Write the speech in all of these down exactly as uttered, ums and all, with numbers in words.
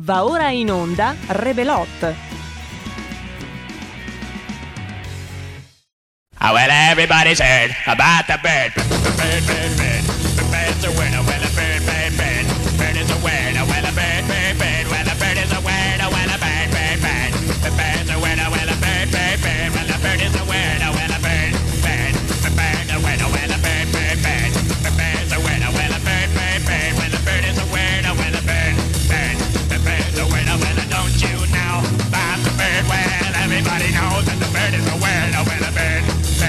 Va ora in onda Rebelot. Oh, well, everybody's heard about the bird. Bird, bird, bird. The bird's a word. Oh, well, a bird, bird, bird. Bird is a word. Oh, well, a bird, bird, bird. Well, a bird is a word. Oh, well, a bird, bird, bird. The bird's a word. Oh, well, a bird, bird, bird. Well, a bird is a word. Oh, well, a bird, bird. The bird's a word. Oh, well, a bird, bird, bird. The bird's a word. Oh, well, a bird, bird, bird. Well, a bird is a word. Oh, well, a bird, bird. The bird's a word. Oh, well, don't you know about the bird? Well, everybody knows that the bird is a word. Oh, well, a bird.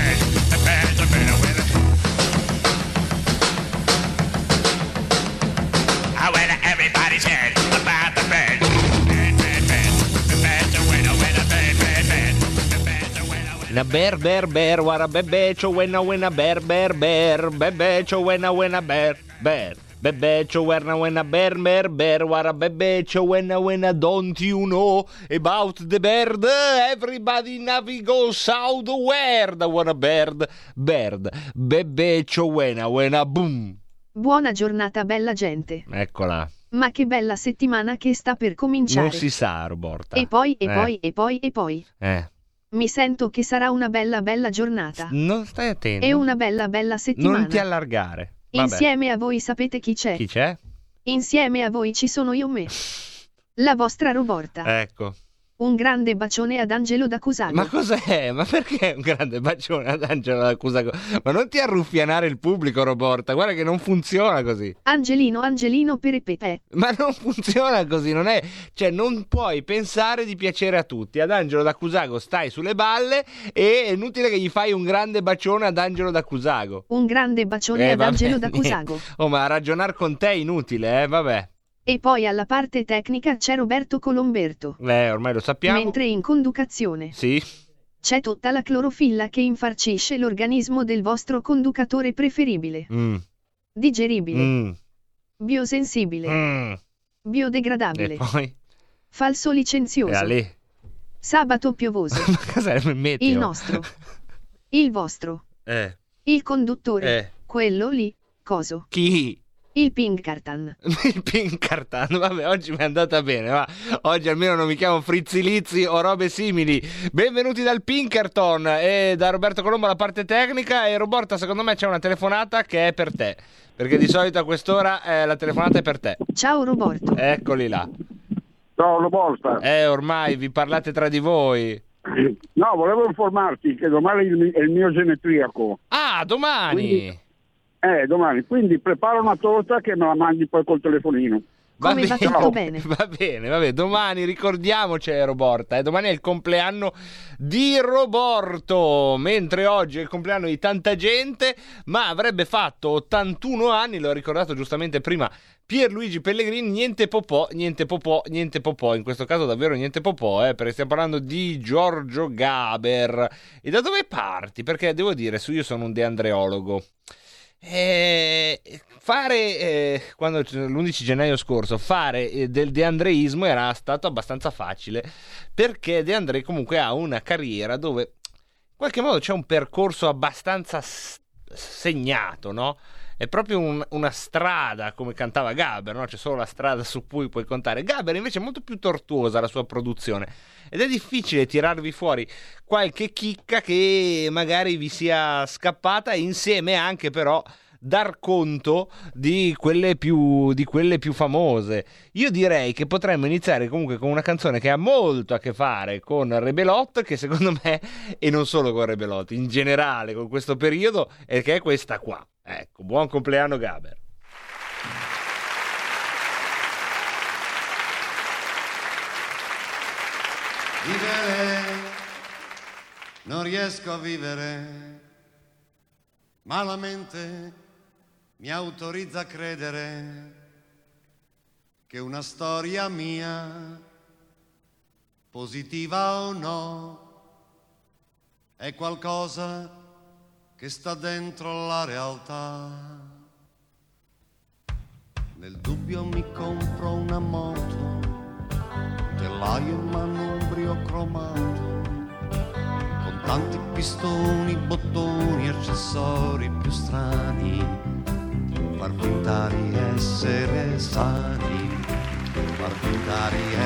Na bear bear bear wara bebecho wena wena bear bear bear bebecho wena wena bear bear bebecho wena wena bear bear bear wara bebecho wena wena don't you know about the bird? Everybody navigo south where the wanna bird bird bebecho wena wena boom. Buona giornata bella gente. Eccola. Ma che bella settimana che sta per cominciare. Non si sa, Roborta. E poi e eh. poi e poi e poi. Eh. Mi sento che sarà una bella bella giornata. Non stai attento. E una bella bella settimana. Non ti allargare. Vabbè. Insieme a voi sapete chi c'è? Chi c'è? Insieme a voi ci sono io me. La vostra Roborta. Ecco. Un grande bacione ad Angelo da Cusago. Ma cos'è? Ma perché un grande bacione ad Angelo da Cusago? Ma non ti arruffianare il pubblico, Roborta. Guarda che non funziona così. Angelino, Angelino per Pepe. Ma non funziona così, non è... Cioè, non puoi pensare di piacere a tutti. Ad Angelo da Cusago stai sulle balle e è inutile che gli fai un grande bacione ad Angelo da Cusago. Un grande bacione eh, ad vabbè, Angelo da niente. Cusago. Oh, ma ragionar con te è inutile, eh? Vabbè. E poi alla parte tecnica c'è Roberto Colomberto. Eh, ormai lo sappiamo. Mentre in conducazione Sì. c'è tutta la clorofilla che infarcisce l'organismo del vostro conducatore preferibile. Mm. Digeribile. Mm. Biosensibile. Mm. Biodegradabile. E poi? Falso licenzioso. E a lì. Sabato piovoso. Ma cos'è il meteo? Il nostro. Il vostro. Eh. Il conduttore. Eh. Quello lì. Coso. Chi? Il Pinkerton. Il Pinkerton, vabbè, oggi mi è andata bene, ma oggi almeno non mi chiamo Frizzi Lizzi o robe simili. Benvenuti dal Pinkerton e da Roberto Colombo alla parte tecnica. E Roberta, secondo me c'è una telefonata che è per te, perché di solito a quest'ora eh, la telefonata è per te. Ciao Roberto. Eccoli là. Ciao Roborta. Eh, ormai vi parlate tra di voi. No, volevo informarti che domani è il, è il mio genetriaco. Ah, domani. Quindi, eh, domani. Quindi prepara una torta che me la mandi poi col telefonino. Va Come va bene, tutto bene? Va bene, va bene. Domani ricordiamoci Roborta, eh? Domani è il compleanno di Roborto, mentre oggi è il compleanno di tanta gente, ma avrebbe fatto ottantuno anni, l'ho ricordato giustamente prima Pierluigi Pellegrini. Niente popò, niente popò, niente popò, in questo caso davvero niente popò, eh, perché stiamo parlando di Giorgio Gaber. E da dove parti? Perché devo dire, io sono un deandreologo. Eh, fare eh, quando l'undici gennaio scorso fare eh, del deandreismo era stato abbastanza facile, perché De André comunque ha una carriera dove in qualche modo c'è un percorso abbastanza s- segnato, no? È proprio un, una strada, come cantava Gaber, no? C'è solo la strada su cui puoi contare. Gaber invece è molto più tortuosa la sua produzione ed è difficile tirarvi fuori qualche chicca che magari vi sia scappata, e insieme anche però dar conto di quelle più di quelle più famose. Io direi che potremmo iniziare comunque con una canzone che ha molto a che fare con Rebelot, che secondo me, e non solo con Rebelot, in generale con questo periodo, e che è questa qua. Ecco, buon compleanno Gaber. Vivere, non riesco a vivere, ma la mente mi autorizza a credere che una storia mia, positiva o no, è qualcosa che sta dentro la realtà. Nel dubbio mi compro una moto, telaio in manubrio cromato, con tanti pistoni, bottoni, accessori più strani, far finta di essere sani, far finta di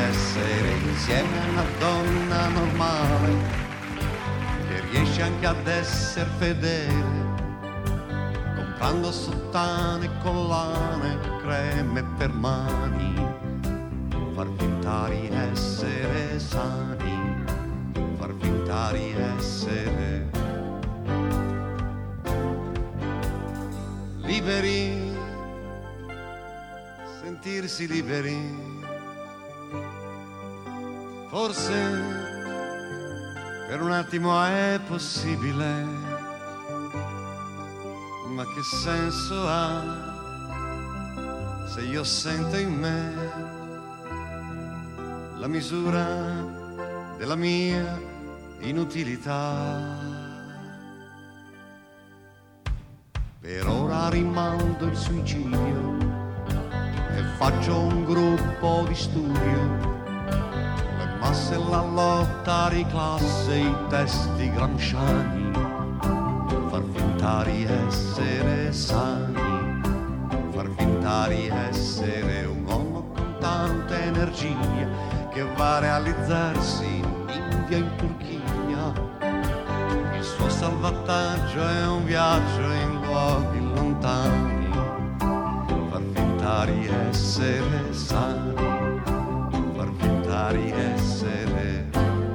insieme a una donna normale che riesce anche ad essere fedele, comprando sottane, collane, creme per mani, far finta di essere sani, far finta di essere liberi, sentirsi liberi. Forse per un attimo è possibile, ma che senso ha se io sento in me la misura della mia inutilità? Per ora rimando il suicidio e faccio un gruppo di studio, se la lotta di classe, i testi gramsciani, far finta di essere sani, far finta di essere un uomo con tanta energia che va a realizzarsi in India, in Turchia. Il suo salvataggio è un viaggio in luoghi lontani, far finta di essere sani, far finta di essere.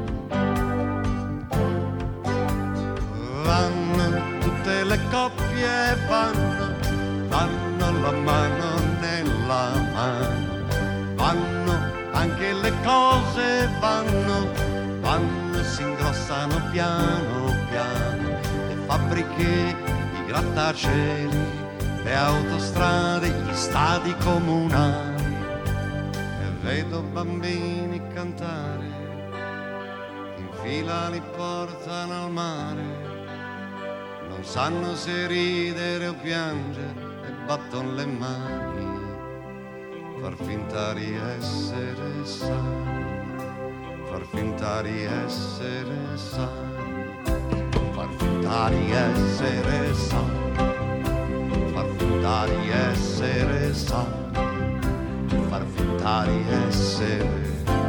Vanno tutte le coppie, vanno, vanno la mano nella mano, vanno anche le cose, vanno, vanno e si ingrossano piano piano, le fabbriche, i grattacieli, le autostrade, gli stadi comunali, e vedo bambini cantare, in fila li portano al mare, non sanno se ridere o piangere e battono le mani, far finta di essere sani, far finta di essere sani, far finta di essere sani, far finta di essere sani, far finta di essere.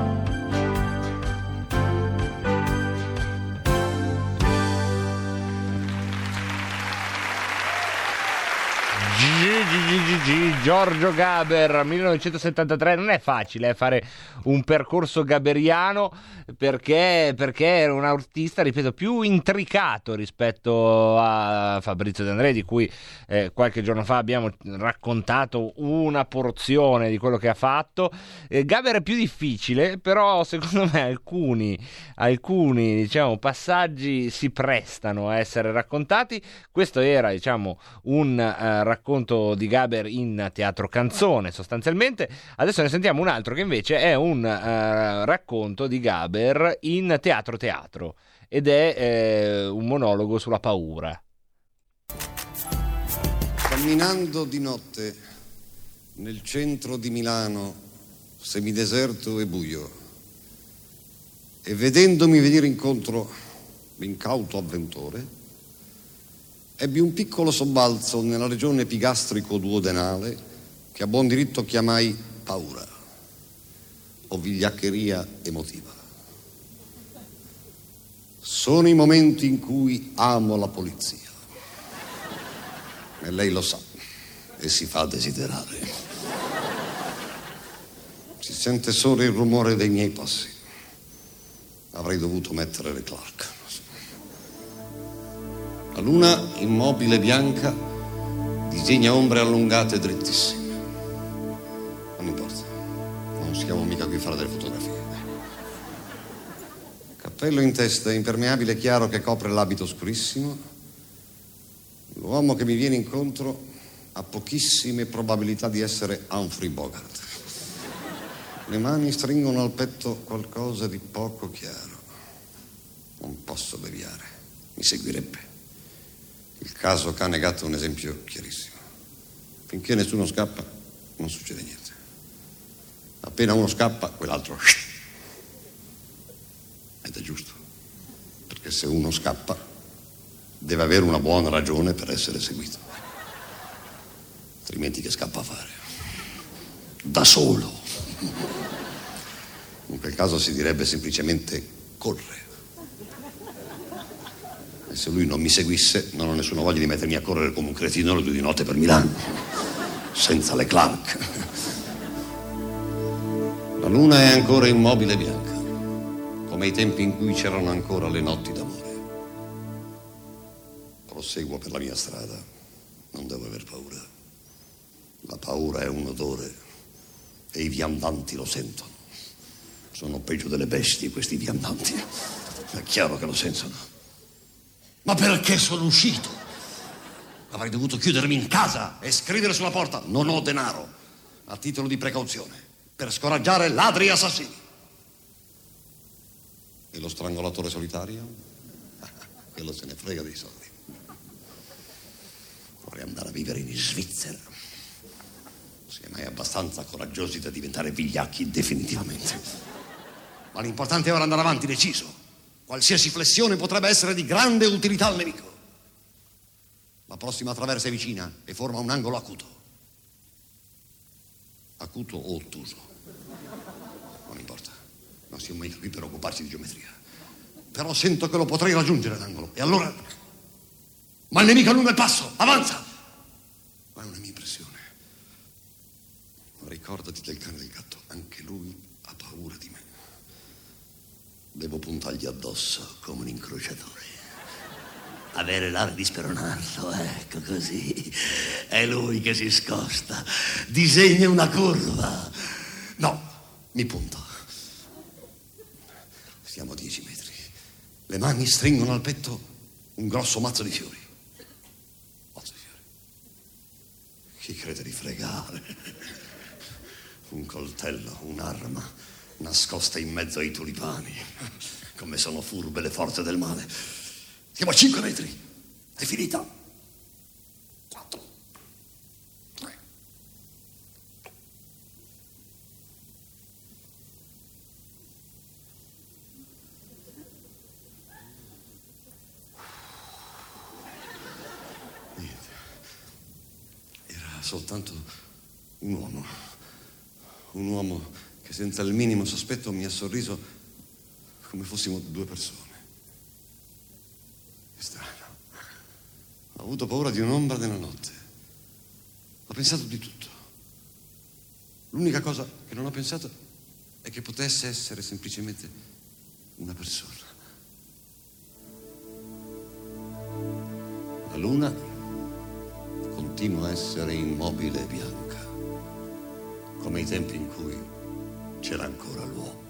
Giorgio Gaber, millenovecentosettantatré. Non è facile eh, fare un percorso gaberiano, perché, perché era un artista, ripeto, più intricato rispetto a Fabrizio De André, di cui eh, qualche giorno fa abbiamo raccontato una porzione di quello che ha fatto. eh, Gaber è più difficile, però secondo me alcuni alcuni diciamo passaggi si prestano a essere raccontati. Questo era diciamo un uh, racconto di Gaber in teatro canzone sostanzialmente. Adesso ne sentiamo un altro che invece è un uh, racconto di Gaber in teatro teatro, ed è eh, un monologo sulla paura. Camminando di notte nel centro di Milano, semideserto e buio, e vedendomi venire incontro l'incauto avventore, ebbi un piccolo sobbalzo nella regione epigastrico-duodenale che a buon diritto chiamai paura o vigliaccheria emotiva. Sono i momenti in cui amo la polizia, e lei lo sa e si fa desiderare. Si sente solo il rumore dei miei passi. Avrei dovuto mettere le Clark. La luna, immobile bianca, disegna ombre allungate e drittissime. Non importa, non siamo mica qui a fare delle fotografie. Cappello in testa, impermeabile chiaro che copre l'abito scurissimo. L'uomo che mi viene incontro ha pochissime probabilità di essere Humphrey Bogart. Le mani stringono al petto qualcosa di poco chiaro. Non posso deviare, mi seguirebbe. Il caso cane gatto è un esempio chiarissimo. Finché nessuno scappa, non succede niente. Appena uno scappa, quell'altro... Ed è giusto. Perché se uno scappa, deve avere una buona ragione per essere seguito. Altrimenti che scappa a fare? Da solo. In quel caso si direbbe semplicemente corre. E se lui non mi seguisse, non ho nessuna voglia di mettermi a correre come un cretino alle due di notte per Milano, senza le Clark. La luna è ancora immobile e bianca, come ai tempi in cui c'erano ancora le notti d'amore. Proseguo per la mia strada, non devo aver paura. La paura è un odore e i viandanti lo sentono. Sono peggio delle bestie questi viandanti. È chiaro che lo sentono. Ma perché sono uscito? Avrei dovuto chiudermi in casa e scrivere sulla porta: non ho denaro, a titolo di precauzione, per scoraggiare ladri e assassini. E lo strangolatore solitario? Quello se ne frega dei soldi. Vorrei andare a vivere in Svizzera. Si è mai abbastanza coraggiosi da diventare vigliacchi definitivamente. Ma l'importante è ora andare avanti deciso. Qualsiasi flessione potrebbe essere di grande utilità al nemico. La prossima traversa è vicina e forma un angolo acuto. Acuto o ottuso? Non importa. Non siamo mica qui per occuparci di geometria. Però sento che lo potrei raggiungere l'angolo. E allora... Ma il nemico allunga il passo, avanza! Ma è una mia impressione. Ma ricordati del cane e del gatto, anche lui ha paura di me. Devo puntargli addosso come un incrociatore. Avere l'aria di speronarlo, ecco così. È lui che si scosta, disegna una curva. No, mi punto. Siamo a dieci metri. Le mani stringono al petto un grosso mazzo di fiori. Mazzo di fiori. Chi crede di fregare? Un coltello, un'arma nascosta in mezzo ai tulipani. Come sono furbe le forze del male. Siamo a cinque metri. È finita. Quattro. Tre. Niente. Era soltanto un uomo. Un uomo che senza il minimo sospetto mi ha sorriso come fossimo due persone. È strano. Ho avuto paura di un'ombra nella notte. Ho pensato di tutto. L'unica cosa che non ho pensato è che potesse essere semplicemente una persona. La luna continua a essere immobile e bianca, come i tempi in cui c'era ancora l'uomo.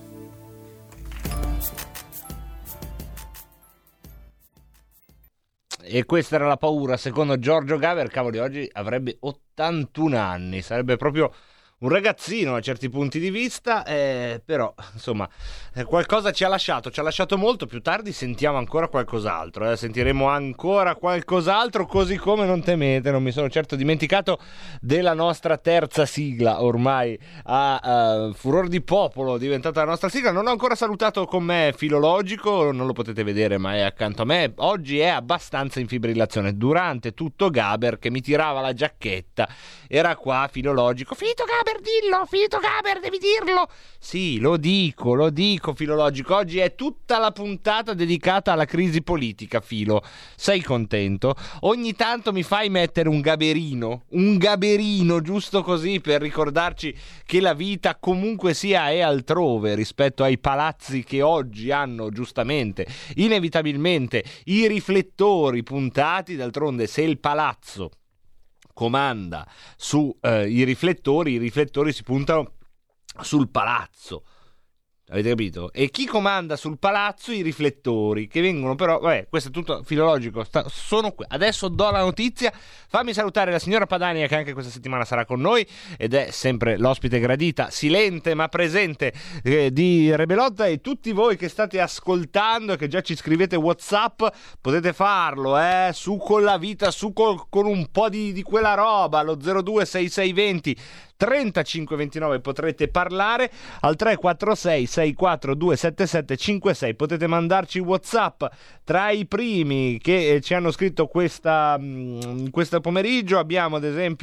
E questa era la paura, secondo Giorgio Gaber. Cavoli, oggi avrebbe ottantuno anni, sarebbe proprio un ragazzino a certi punti di vista, eh, però insomma eh, qualcosa ci ha lasciato, ci ha lasciato molto. Più tardi sentiamo ancora qualcos'altro, eh. sentiremo ancora qualcos'altro, così come non temete, non mi sono certo dimenticato della nostra terza sigla, ormai a uh, furor di popolo diventata la nostra sigla. Non ho ancora salutato con me Filologico, non lo potete vedere ma è accanto a me, oggi è abbastanza in fibrillazione. Durante tutto Gaber che mi tirava la giacchetta era qua Filologico: Fito Gaber, dillo, Fito Gaber, devi dirlo. Sì, lo dico, lo dico Filologico. Oggi è tutta la puntata dedicata alla crisi politica, Filo. Sei contento? Ogni tanto mi fai mettere un gaberino, un gaberino, giusto così, per ricordarci che la vita comunque sia è altrove rispetto ai palazzi che oggi hanno giustamente, inevitabilmente, i riflettori puntati. D'altronde, se il palazzo comanda su eh, i riflettori, i riflettori si puntano sul palazzo, avete capito? E chi comanda sul palazzo? I riflettori, che vengono però, vabbè, questo è tutto Filologico, sta, sono qui. Adesso do la notizia. Fammi salutare la signora Padania, che anche questa settimana sarà con noi ed è sempre l'ospite gradita, silente ma presente eh, di Rebelotta, e tutti voi che state ascoltando e che già ci scrivete WhatsApp potete farlo eh, su con la vita, su col, con un po' di, di quella roba, lo zero due sei sei venti trentacinque ventinove potrete parlare, al tre quattro sei sei quattro due sette sette cinque sei potete mandarci WhatsApp. Tra i primi che ci hanno scritto questa, questo pomeriggio abbiamo ad esempio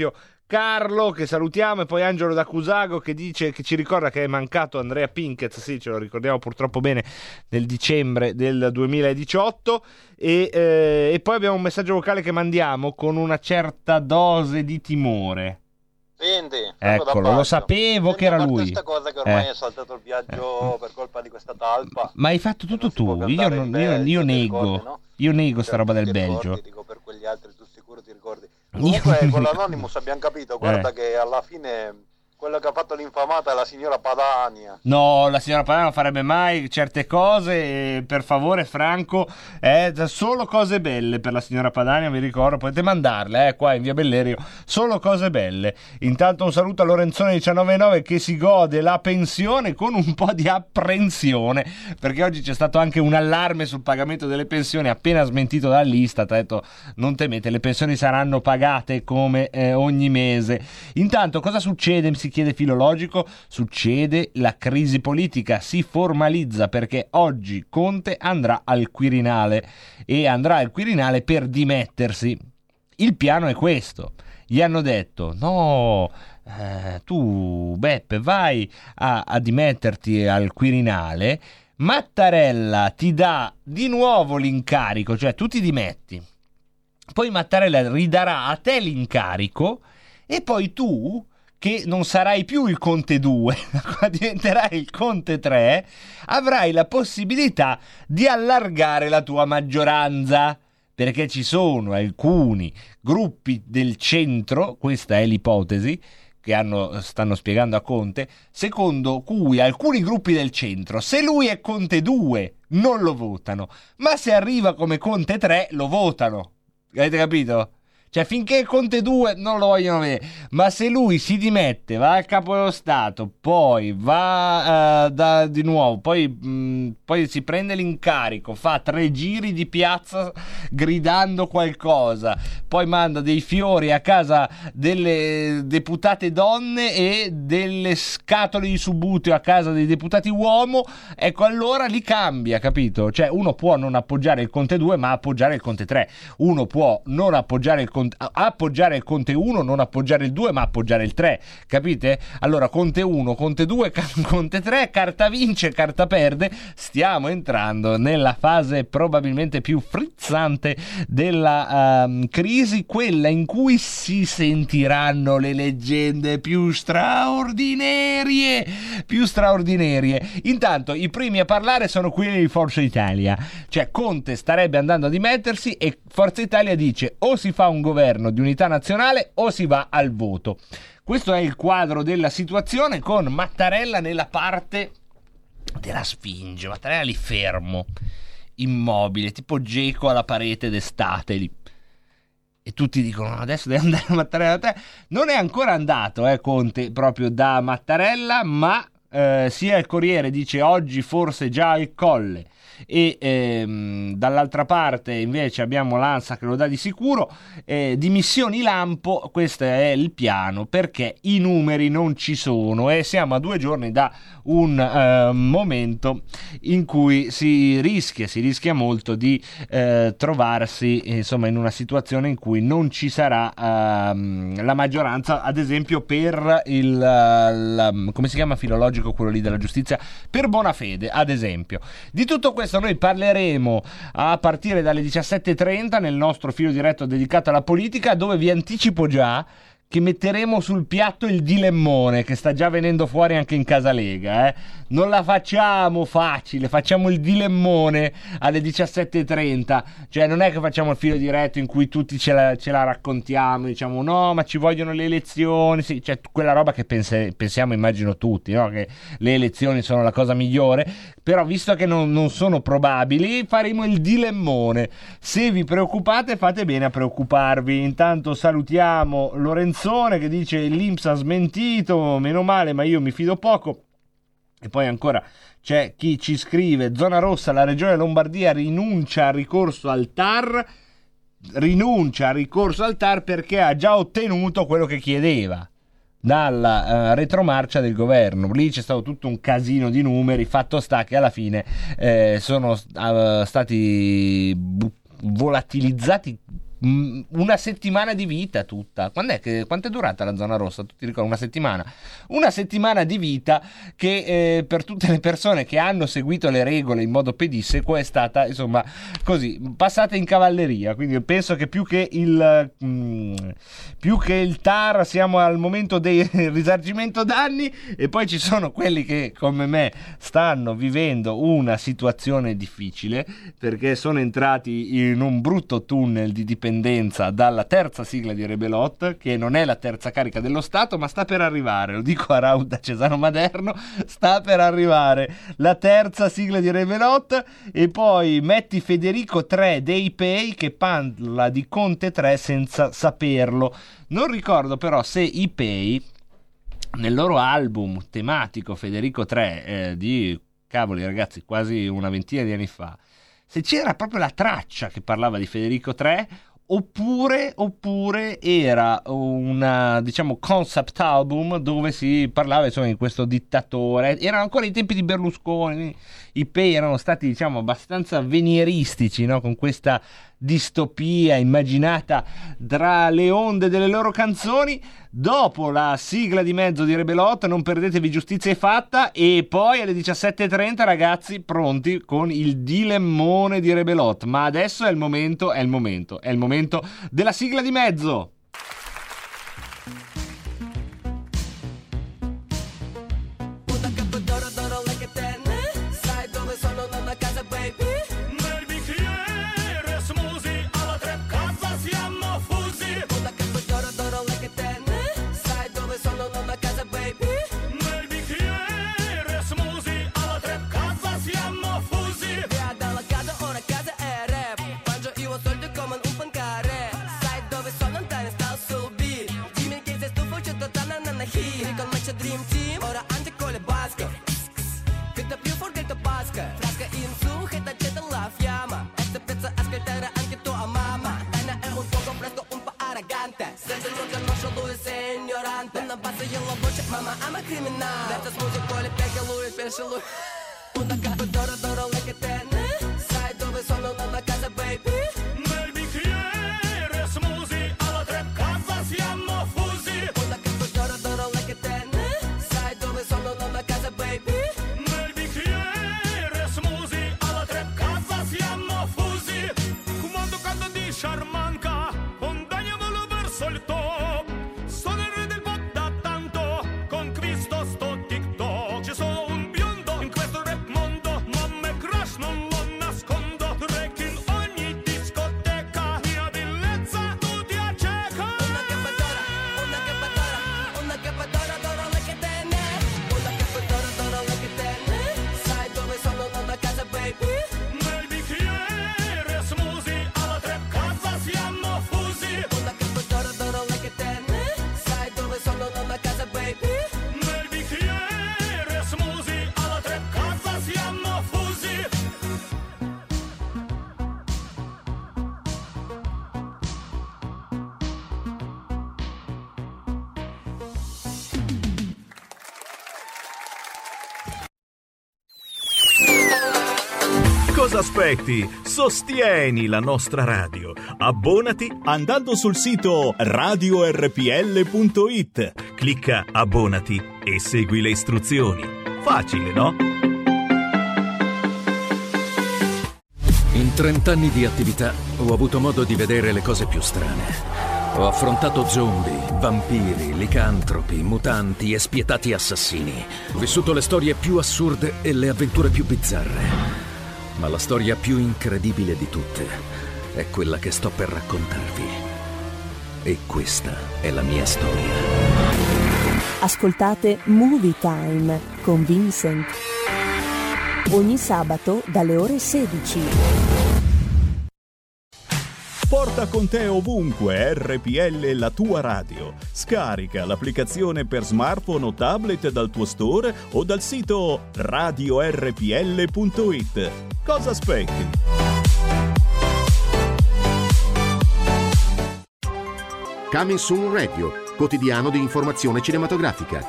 Carlo, che salutiamo, e poi Angelo da Cusago che dice, che ci ricorda che è mancato Andrea Pinkez, sì, ce lo ricordiamo purtroppo bene, nel dicembre del duemiladiciotto, e, eh, e poi abbiamo un messaggio vocale che mandiamo con una certa dose di timore. Senti, eccolo, lo sapevo Senti, che era lui. Questa cosa che ormai eh. è saltato il viaggio eh. per colpa di questa talpa. Ma hai fatto tutto tu, io, non, io, io nego, ricordi, no? io nego sta roba del Belgio. Ricordi, dico, per quegli altri tu sicuro ti ricordi. Comunque con l'Anonymous abbiamo capito, guarda eh. che alla fine quello che ha fatto l'infamata è la signora Padania. No, la signora Padania non farebbe mai certe cose, per favore Franco, eh, solo cose belle per la signora Padania, mi ricordo, potete mandarle eh, qua in via Bellerio, solo cose belle. Intanto un saluto a Lorenzone diciannove che si gode la pensione con un po' di apprensione, perché oggi c'è stato anche un allarme sul pagamento delle pensioni appena smentito dall'Istat, ha detto non temete, le pensioni saranno pagate come eh, ogni mese. Intanto cosa succede? Si chiede Filologico, succede la crisi politica, si formalizza perché oggi Conte andrà al Quirinale e andrà al Quirinale per dimettersi. Il piano è questo, gli hanno detto no, eh, tu Beppe vai a, a dimetterti al Quirinale, Mattarella ti dà di nuovo l'incarico, cioè tu ti dimetti, poi Mattarella ridarà a te l'incarico e poi tu, che non sarai più il Conte due, ma diventerai il Conte tre, avrai la possibilità di allargare la tua maggioranza, perché ci sono alcuni gruppi del centro, questa è l'ipotesi che hanno, stanno spiegando a Conte, secondo cui alcuni gruppi del centro, se lui è Conte due, non lo votano, ma se arriva come Conte tre, lo votano. Avete capito? Cioè finché Conte due non lo vogliono vedere, ma se lui si dimette, va al capo dello Stato, poi va uh, da, di nuovo, poi, mh, poi si prende l'incarico, fa tre giri di piazza gridando qualcosa, poi manda dei fiori a casa delle deputate donne e delle scatole di subuteo a casa dei deputati uomo, ecco allora li cambia, capito? Cioè uno può non appoggiare il Conte due ma appoggiare il Conte tre, uno può non appoggiare il Conte appoggiare il Conte uno, non appoggiare il due ma appoggiare il tre, capite? Allora Conte uno, Conte due, Conte tre, carta vince, carta perde. Stiamo entrando nella fase probabilmente più frizzante della um, crisi, quella in cui si sentiranno le leggende più straordinarie più straordinarie. Intanto i primi a parlare sono quelli di Forza Italia, cioè Conte starebbe andando a dimettersi e Forza Italia dice o si fa un governo di unità nazionale o si va al voto. Questo è il quadro della situazione, con Mattarella nella parte della Sfinge, Mattarella lì fermo, immobile, tipo Geco alla parete d'estate lì. E tutti dicono adesso deve andare Mattarella da te. Non è ancora andato eh, Conte proprio da Mattarella, ma eh, sia il Corriere dice oggi forse già al Colle, e ehm, dall'altra parte invece abbiamo l'Ansa che lo dà di sicuro. Eh, dimissioni lampo, questo è il piano, perché i numeri non ci sono e siamo a due giorni da un eh, momento in cui si rischia si rischia molto di eh, trovarsi insomma in una situazione in cui non ci sarà ehm, la maggioranza, ad esempio per il la, come si chiama filologico quello lì della giustizia, per Bonafede ad esempio. Di tutto questo noi parleremo a partire dalle diciassette e trenta nel nostro filo diretto dedicato alla politica, dove vi anticipo già che metteremo sul piatto il dilemmone che sta già venendo fuori anche in casa Lega, eh? Non la facciamo facile, facciamo il dilemmone alle diciassette e trenta, cioè non è che facciamo il filo diretto in cui tutti ce la, ce la raccontiamo, diciamo no ma ci vogliono le elezioni, sì, cioè quella roba che pense, pensiamo immagino tutti, no? Che le elezioni sono la cosa migliore, però visto che non, non sono probabili faremo il dilemmone. Se vi preoccupate fate bene a preoccuparvi. Intanto salutiamo Lorenzone che dice l'I N P S ha smentito, meno male ma io mi fido poco. E poi ancora c'è chi ci scrive zona rossa, la regione Lombardia rinuncia al ricorso al T A R rinuncia al ricorso al T A R perché ha già ottenuto quello che chiedeva dalla uh, retromarcia del governo. Lì c'è stato tutto un casino di numeri, fatto sta che alla fine eh, sono uh, stati bu- volatilizzati una settimana di vita tutta. Quando è che, quanto è durata la zona rossa? Tu ti ricordi? Una settimana. Una settimana di vita che eh, per tutte le persone che hanno seguito le regole in modo pedissequo è stata, insomma, così, passata in cavalleria. Quindi penso che più che il mh, più che il T A R siamo al momento del risarcimento danni, e poi ci sono quelli che come me stanno vivendo una situazione difficile perché sono entrati in un brutto tunnel di dipendenza dalla terza sigla di Rebelot, che non è la terza carica dello Stato, ma sta per arrivare, lo dico a Raul da Cesano Maderno, sta per arrivare la terza sigla di Rebelot. E poi metti Federico tre dei Pei che parla di Conte tre senza saperlo. Non ricordo però se i Pei nel loro album tematico Federico tre eh, di cavoli ragazzi quasi una ventina di anni fa, se c'era proprio la traccia che parlava di Federico tre, oppure, oppure era una, diciamo, concept album dove si parlava, insomma, di questo dittatore. Erano ancora i tempi di Berlusconi, i Pei erano stati, diciamo, abbastanza venieristici, no? Con questa distopia immaginata tra le onde delle loro canzoni. Dopo la sigla di mezzo di Rebelot, non perdetevi Giustizia è fatta, e poi alle diciassette e trenta ragazzi pronti con il dilemmone di Rebelot. Ma adesso è il momento, è il momento, è il momento della sigla di mezzo. Una capa d'oro d'oro le che tenne, sai dove sono nonna casa baby? Nel bicchiere smusi, alla tre casa siamo fusi. Una capa d'oro d'oro le che tenne, sai dove sono nonna casa baby? Nel bicchiere smusi, alla tre casa siamo fusi. Comando canto di Sciarmanca, condagnamolo verso il top. Sono il re del pop da tanto, conquisto sto TikTok. Ci sono un biondo in questo rap mondo, ma me crush non lo nascondo. Drake in ogni discoteca, mia bellezza tu ti acceca. Una cappa d'oro, una cappa d'oro, una cappa d'oro d'oro le che tenne. Una cappa d'oro d'oro le che tenne, sai dove sono nonna casa baby? Nel bicchiere smusi, alla tre casa siamo fusi. Una cappa d'oro d'oro le che tenne, sai dove sono nonna casa baby? Nel bicchiere smusi, alla tre casa siamo fusi. Cosa aspetti? Sostieni la nostra radio. Abbonati andando sul sito radio erre pi elle punto it. Clicca abbonati e segui le istruzioni. Facile, no? In trent'anni di attività ho avuto modo di vedere le cose più strane. Ho affrontato zombie, vampiri, licantropi, mutanti e spietati assassini. Ho vissuto le storie più assurde e le avventure più bizzarre. Ma la storia più incredibile di tutte è quella che sto per raccontarvi. E questa è la mia storia. Ascoltate Movie Time con Vincent. Ogni sabato dalle ore sedici. Porta con te ovunque erre pi elle, la tua radio. Scarica l'applicazione per smartphone o tablet dal tuo store o dal sito radio erre pi elle punto it. Cosa aspetti? Coming Soon Radio, quotidiano di informazione cinematografica.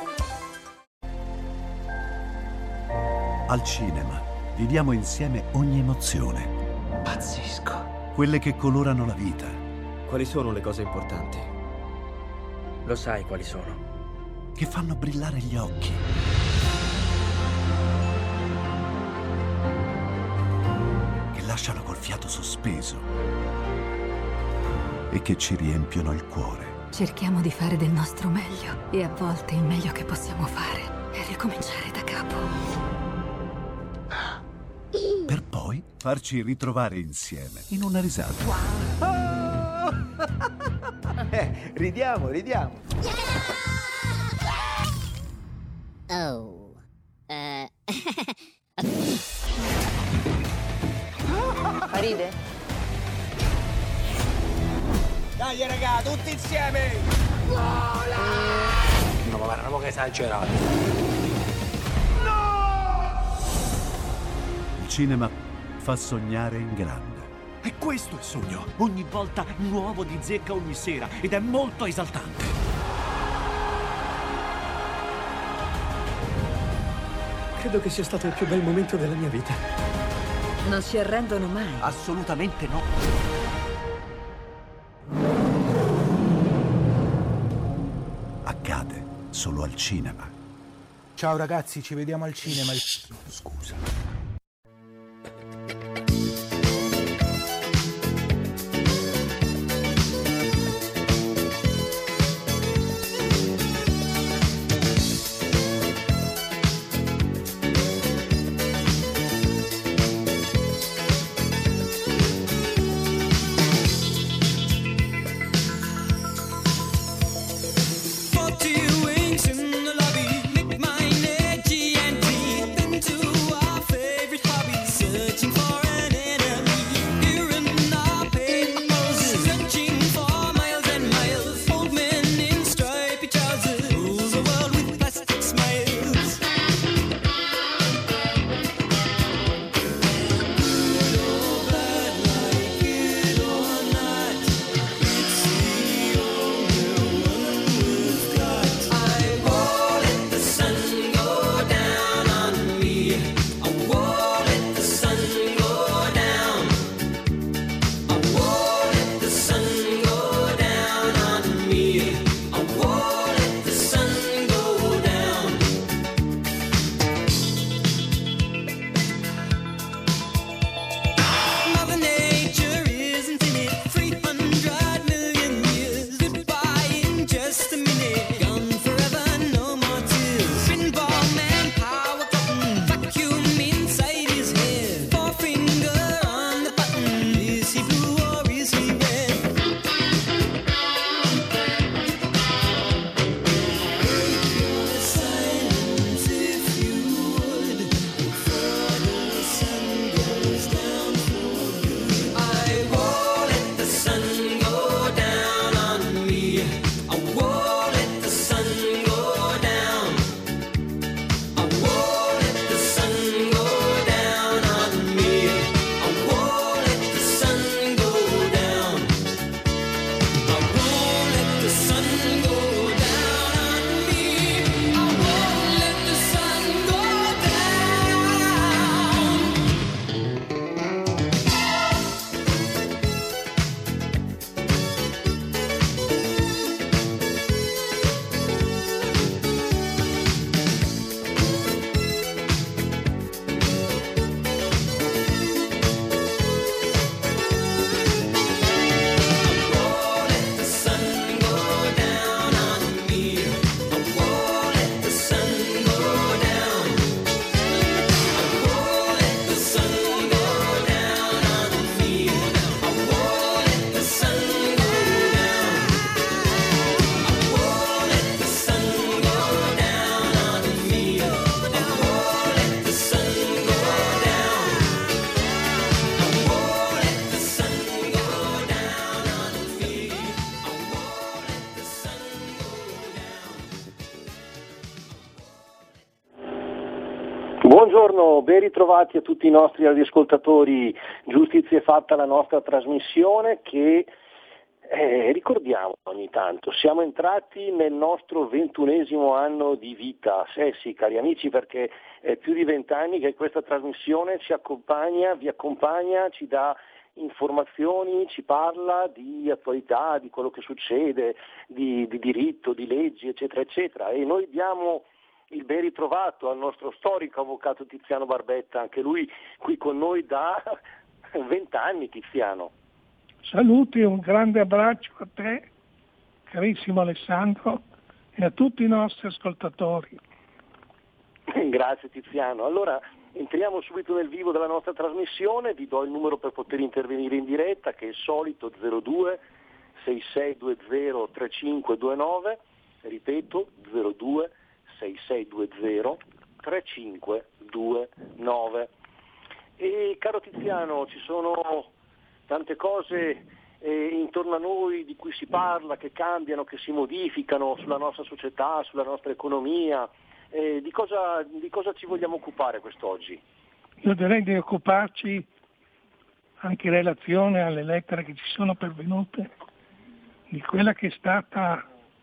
Al cinema viviamo insieme ogni emozione. Pazzesco. Quelle che colorano la vita Quali sono le cose importanti? Lo sai quali sono? Che fanno brillare gli occhi. Che lasciano col fiato sospeso. E che ci riempiono il cuore. Cerchiamo di fare del nostro meglio e a volte il meglio che possiamo fare è ricominciare da capo. Per poi farci ritrovare insieme in una risata. Eh, ridiamo, ridiamo. Oh. Eh. Ride? Dai raga, tutti insieme! No, ma guarda, ma che esagerato. Il cinema fa sognare in grande. E questo è il sogno. Ogni volta nuovo di zecca ogni sera ed è molto esaltante. Credo che sia stato il più bel momento della mia vita. Non si arrendono mai. Assolutamente no. Accade solo al cinema. Ciao ragazzi, ci vediamo al cinema. Scusa. Buongiorno, ben ritrovati a tutti i nostri radioascoltatori. Giustizia è fatta la nostra trasmissione che eh, ricordiamo ogni tanto. Siamo entrati nel nostro ventunesimo anno di vita. Eh sì, cari amici, perché è più di vent'anni che questa trasmissione ci accompagna, vi accompagna, ci dà informazioni, ci parla di attualità, di quello che succede, di, di diritto, di leggi, eccetera, eccetera. E noi diamo il ben ritrovato al nostro storico avvocato Tiziano Barbetta, anche lui qui con noi da vent'anni, Tiziano. Saluti e un grande abbraccio a te, carissimo Alessandro, e a tutti i nostri ascoltatori. Grazie Tiziano. Allora entriamo subito nel vivo della nostra trasmissione, vi do il numero per poter intervenire in diretta, che è il solito zero due sei sei due zero tre cinque due nove, ripeto zero due sei sei due zero tre cinque due nove. E caro Tiziano, ci sono tante cose eh, intorno a noi di cui si parla, che cambiano, che si modificano sulla nostra società, sulla nostra economia. Eh, di cosa, di cosa ci vogliamo occupare quest'oggi? Io direi di occuparci anche in relazione alle lettere che ci sono pervenute di quella che è stata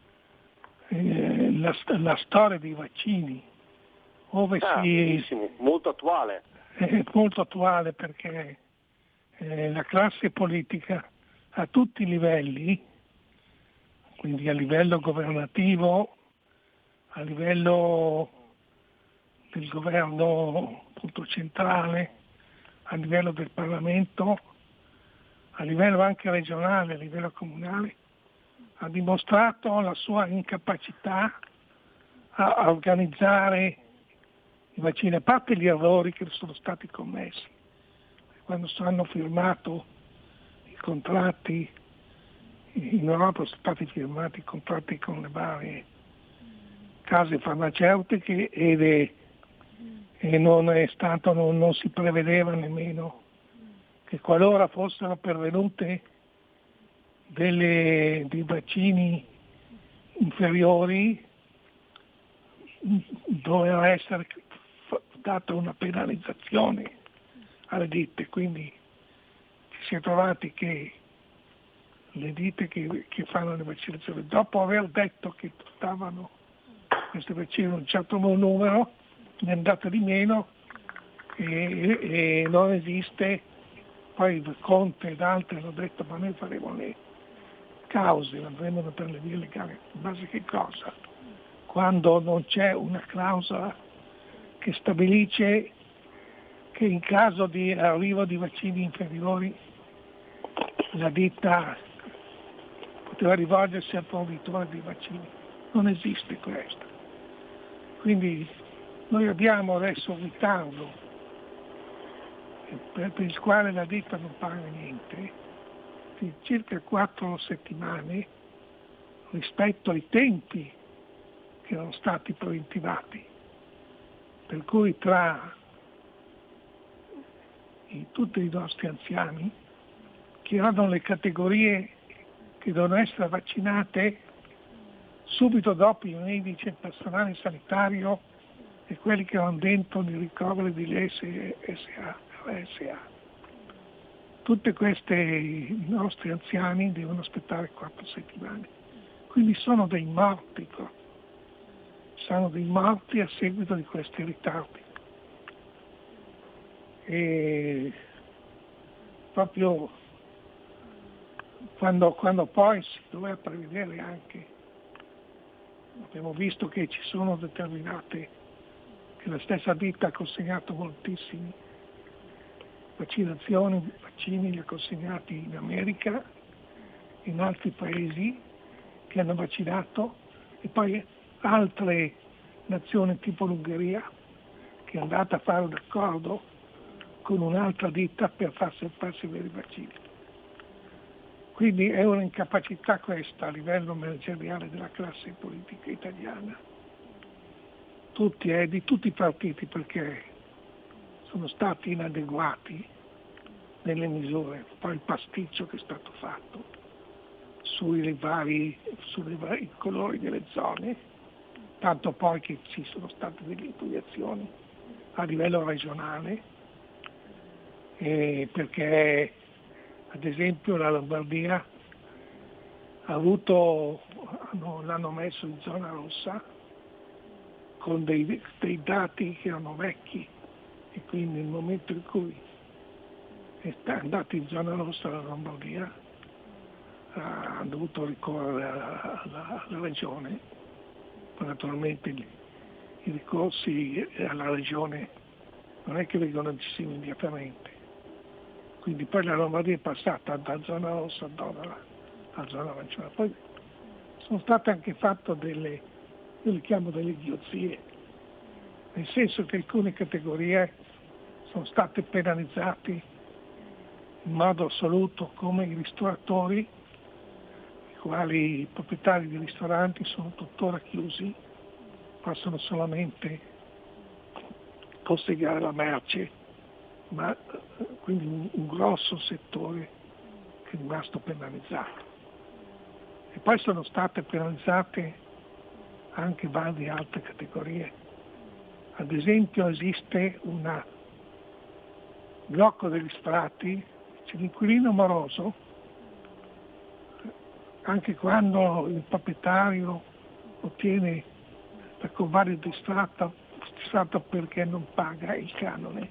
eh, la, la storia dei vaccini, ove ah, si benissimo, molto attuale. È molto attuale perché eh, la classe politica a tutti i livelli, quindi a livello governativo, a livello del governo appunto centrale, a livello del Parlamento, a livello anche regionale, a livello comunale, ha dimostrato la sua incapacità a, a organizzare i vaccini, a parte gli errori che sono stati commessi. Quando hanno firmato i contratti, in Europa sono stati firmati i contratti con le varie case farmaceutiche ed è, e non è stato, non, non si prevedeva nemmeno che qualora fossero pervenute delle, dei vaccini inferiori doveva essere data una penalizzazione alle ditte, quindi ci si è trovati che le ditte che, che fanno le vaccinazioni, dopo aver detto che stavano queste vaccine un certo numero, ne è andato di meno e, e non esiste. Poi Conte ed altri hanno detto ma noi faremo le cause, andremo per le vie legali, in base a che cosa? Quando non c'è una clausola che stabilisce che in caso di arrivo di vaccini inferiori la ditta poteva rivolgersi al fornitore dei vaccini. Non esiste questo. Quindi noi abbiamo adesso un ritardo per, per il quale la ditta non paga niente di circa quattro settimane rispetto ai tempi che erano stati preventivati. Per cui tra i, tutti i nostri anziani, che erano le categorie che devono essere vaccinate subito dopo i medici e il personale sanitario e quelli che erano dentro nei ricoveri di S A. Tutti questi nostri anziani devono aspettare quattro settimane. Quindi sono dei morti, sono dei morti a seguito di questi ritardi. E proprio quando, quando poi si doveva prevedere anche, abbiamo visto che ci sono determinate, che la stessa ditta ha consegnato moltissimi vaccinazioni, vaccini li ha consegnati in America, in altri paesi che hanno vaccinato, e poi altre nazioni tipo l'Ungheria che è andata a fare un accordo con un'altra ditta per farsi, farsi avere i vaccini. Quindi è un'incapacità questa a livello manageriale della classe politica italiana, tutti, eh, di tutti i partiti, perché sono stati inadeguati nelle misure. Poi il pasticcio che è stato fatto sui vari, sui vari colori delle zone, tanto poi che ci sono state delle iniezioni a livello regionale, eh, perché ad esempio la Lombardia ha avuto, hanno, l'hanno messo in zona rossa con dei, dei dati che erano vecchi, e quindi nel momento in cui è andato in zona rossa la Lombardia, ha dovuto ricorrere alla, alla, alla regione, poi naturalmente i, i ricorsi alla regione non è che vengono decisi immediatamente, quindi poi la Lombardia è passata da zona rossa a zona, a zona arancione. Poi sono state anche fatte delle, io le chiamo delle ghiozie, nel senso che alcune categorie sono state penalizzate in modo assoluto, come i ristoratori, i quali i proprietari di ristoranti sono tuttora chiusi, possono solamente consegnare la merce, ma quindi un, un grosso settore che è rimasto penalizzato. E poi sono state penalizzate anche varie altre categorie. Ad esempio esiste un blocco degli sfratti, c'è l'inquilino moroso, anche quando il proprietario ottiene la convalida di sfratto, sfratto perché non paga il canone,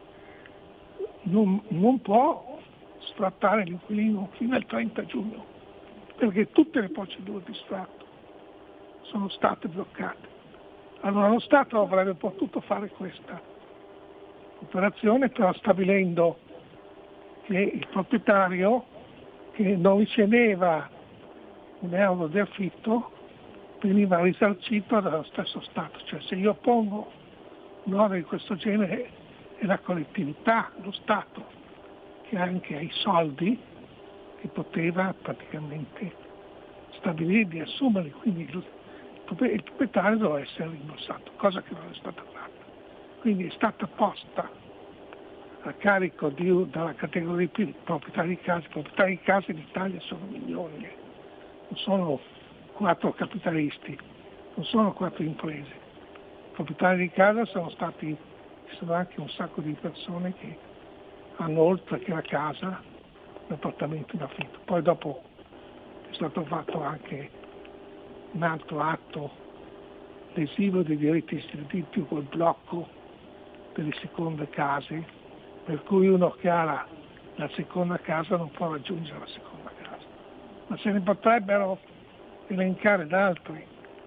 non, non può sfrattare l'inquilino fino al trenta giugno, perché tutte le procedure di sfratto sono state bloccate. Allora lo Stato avrebbe potuto fare questa operazione, però stabilendo che il proprietario che non riceveva un euro di affitto veniva risarcito dallo stesso Stato. Cioè se io pongo un'opera di questo genere è la collettività, lo Stato, che anche ha i soldi che poteva praticamente stabilire di assumerli, quindi il proprietario doveva essere rimborsato, cosa che non è stata fatta. Quindi è stata posta a carico di, dalla categoria di proprietari di case. I proprietari di case in Italia sono milioni, non sono quattro capitalisti, non sono quattro imprese. I proprietari di casa sono stati, ci sono anche un sacco di persone che hanno oltre che la casa un appartamento in affitto. Poi dopo è stato fatto anche un altro atto lesivo dei diritti istituiti col blocco delle seconde case, per cui uno che ha la, la seconda casa non può raggiungere la seconda casa. Ma se ne potrebbero elencare da altri.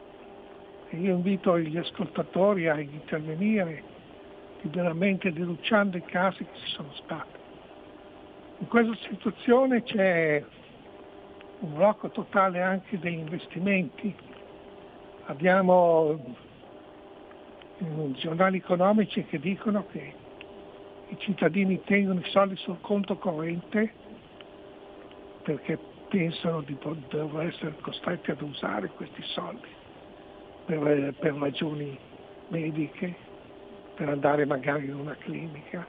E io invito gli ascoltatori a intervenire liberamente denunciando i casi che ci sono stati. In questa situazione c'è un blocco totale anche degli investimenti. Abbiamo giornali economici che dicono che i cittadini tengono i soldi sul conto corrente perché pensano di dover essere costretti ad usare questi soldi per, per ragioni mediche, per andare magari in una clinica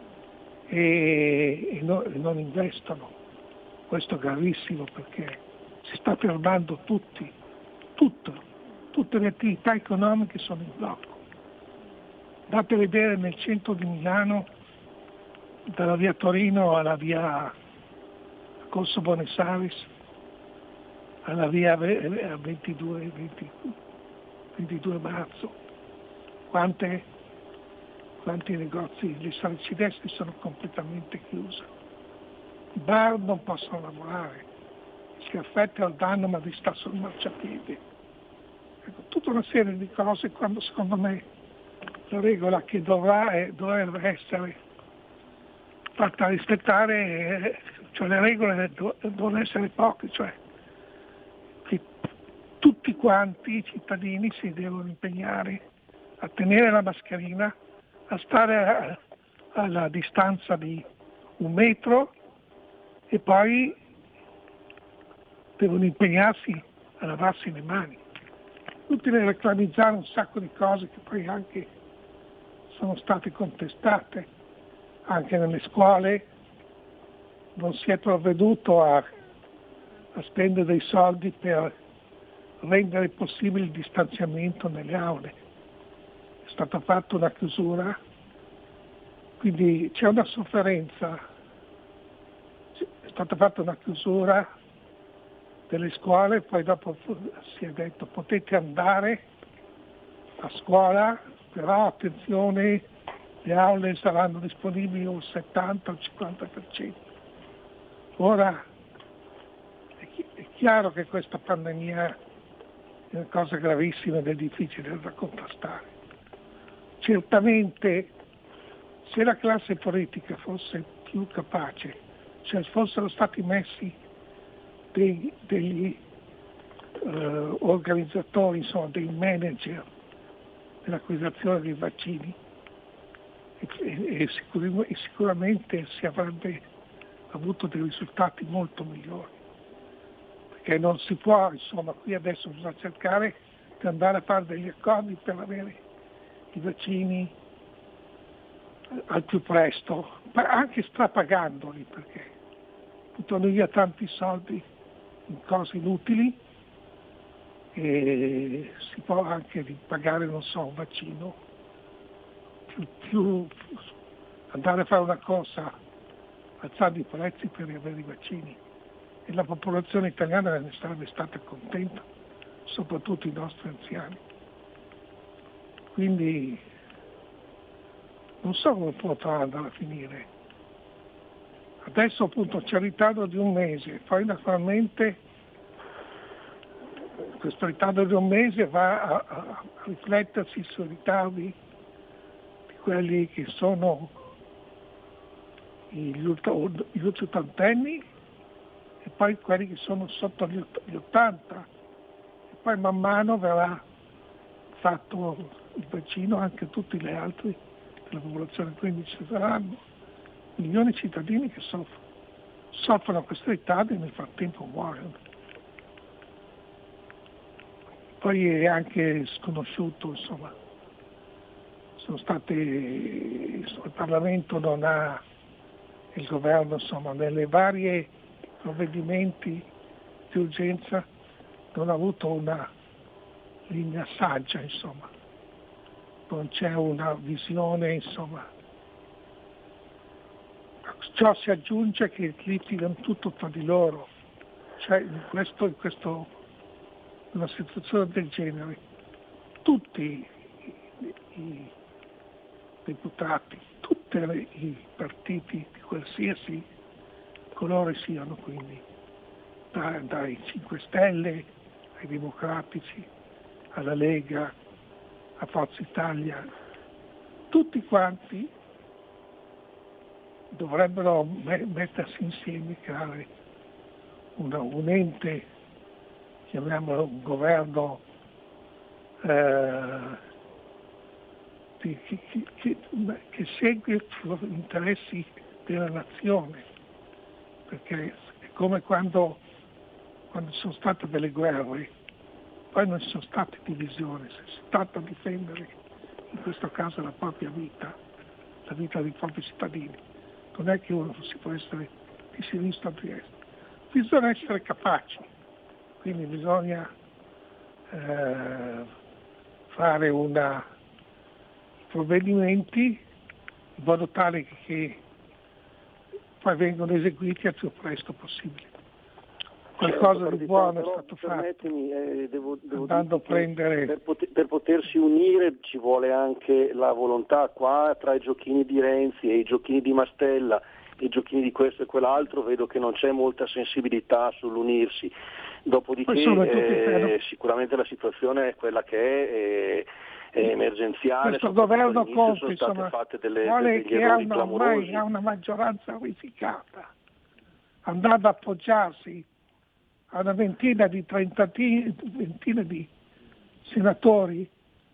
e, e, no, e non investono. Questo è gravissimo perché si sta fermando tutti, tutto, tutte le attività economiche sono in blocco. Date a vedere nel centro di Milano, dalla via Torino alla via Corso Buenos Aires, alla via ventidue, venti, ventidue marzo, quante, quanti negozi, le salicidesti sono completamente chiuse, i bar non possono lavorare, i scaffetti al danno ma vi sta sul marciapiede. Ecco, tutta una serie di cose quando secondo me la regola che dovrà e dovrebbe essere fatta rispettare, cioè le regole devono essere poche, cioè che tutti quanti i cittadini si devono impegnare a tenere la mascherina, a stare alla distanza di un metro e poi devono impegnarsi a lavarsi le mani. Utile reclamizzare un sacco di cose che poi anche sono state contestate, anche nelle scuole non si è provveduto a, a spendere dei soldi per rendere possibile il distanziamento nelle aule. È stata fatta una chiusura, quindi c'è una sofferenza, è stata fatta una chiusura delle scuole, poi dopo si è detto potete andare a scuola, però attenzione, le aule saranno disponibili un settanta o cinquanta per cento. Ora è, chi- è chiaro che questa pandemia è una cosa gravissima ed è difficile da contrastare. Certamente se la classe politica fosse più capace, cioè fossero stati messi dei, degli eh, organizzatori, insomma dei manager dell'acquisizione dei vaccini, e, e, e, sicur- e sicuramente si avrebbe avuto dei risultati molto migliori, perché non si può, insomma, qui adesso bisogna cercare di andare a fare degli accordi per avere i vaccini al più presto, ma anche strapagandoli, perché buttano via tanti soldi in cose inutili e si può anche ripagare, non so, un vaccino, più, più andare a fare una corsa alzando i prezzi per avere i vaccini, e la popolazione italiana ne sarebbe stata contenta, soprattutto i nostri anziani. Quindi non so come potrà andare a finire. Adesso appunto c'è il ritardo di un mese, poi naturalmente questo ritardo di un mese va a, a, a riflettersi sui ritardi di quelli che sono gli, ultra, gli ultraottantenni e poi quelli che sono sotto gli, gli ottanta, e poi man mano verrà fatto il vaccino anche a tutti gli altri della popolazione, quindi ci saranno milioni di cittadini che soffrono, soffrono questi ritardi e nel frattempo muoiono. Poi è anche sconosciuto, insomma, sono state, insomma, il Parlamento non ha, il governo, insomma, nelle varie provvedimenti di urgenza non ha avuto una linea saggia, insomma, non c'è una visione, insomma. Ciò si aggiunge che litigano tutto tra di loro, cioè in questo, in questo, in una situazione del genere, tutti i, i deputati, tutti i partiti di qualsiasi colore siano, quindi da, dai cinque Stelle ai Democratici, alla Lega, a Forza Italia, tutti quanti dovrebbero me- mettersi insieme e creare una, un ente, chiamiamolo un governo, eh, che, che, che, che segue gli interessi della nazione, perché è come quando, quando sono state delle guerre, poi non ci sono state divisioni, si tratta di difendere in questo caso la propria vita, la vita dei propri cittadini. Non è che uno si può essere di sinistra o di destra, bisogna essere capaci, quindi bisogna eh, fare una, provvedimenti in modo tale che poi vengono eseguiti al più presto possibile. Qualcosa Certo, di buono è però, stato fatto, permettimi, eh, devo, devo andando a dire che prendere... per, poter, per potersi unire ci vuole anche la volontà qua tra i giochini di Renzi e i giochini di Mastella, i giochini di questo e quell'altro, vedo che non c'è molta sensibilità sull'unirsi. Dopodiché eh, sicuramente la situazione è quella che è, è, è emergenziale. Questo governo Conte, sono state insomma, fatte delle, vuole degli che ha errori una, clamorosi. ormai ha una maggioranza unificata, andando ad appoggiarsi a una ventina di trentati, ventina di senatori,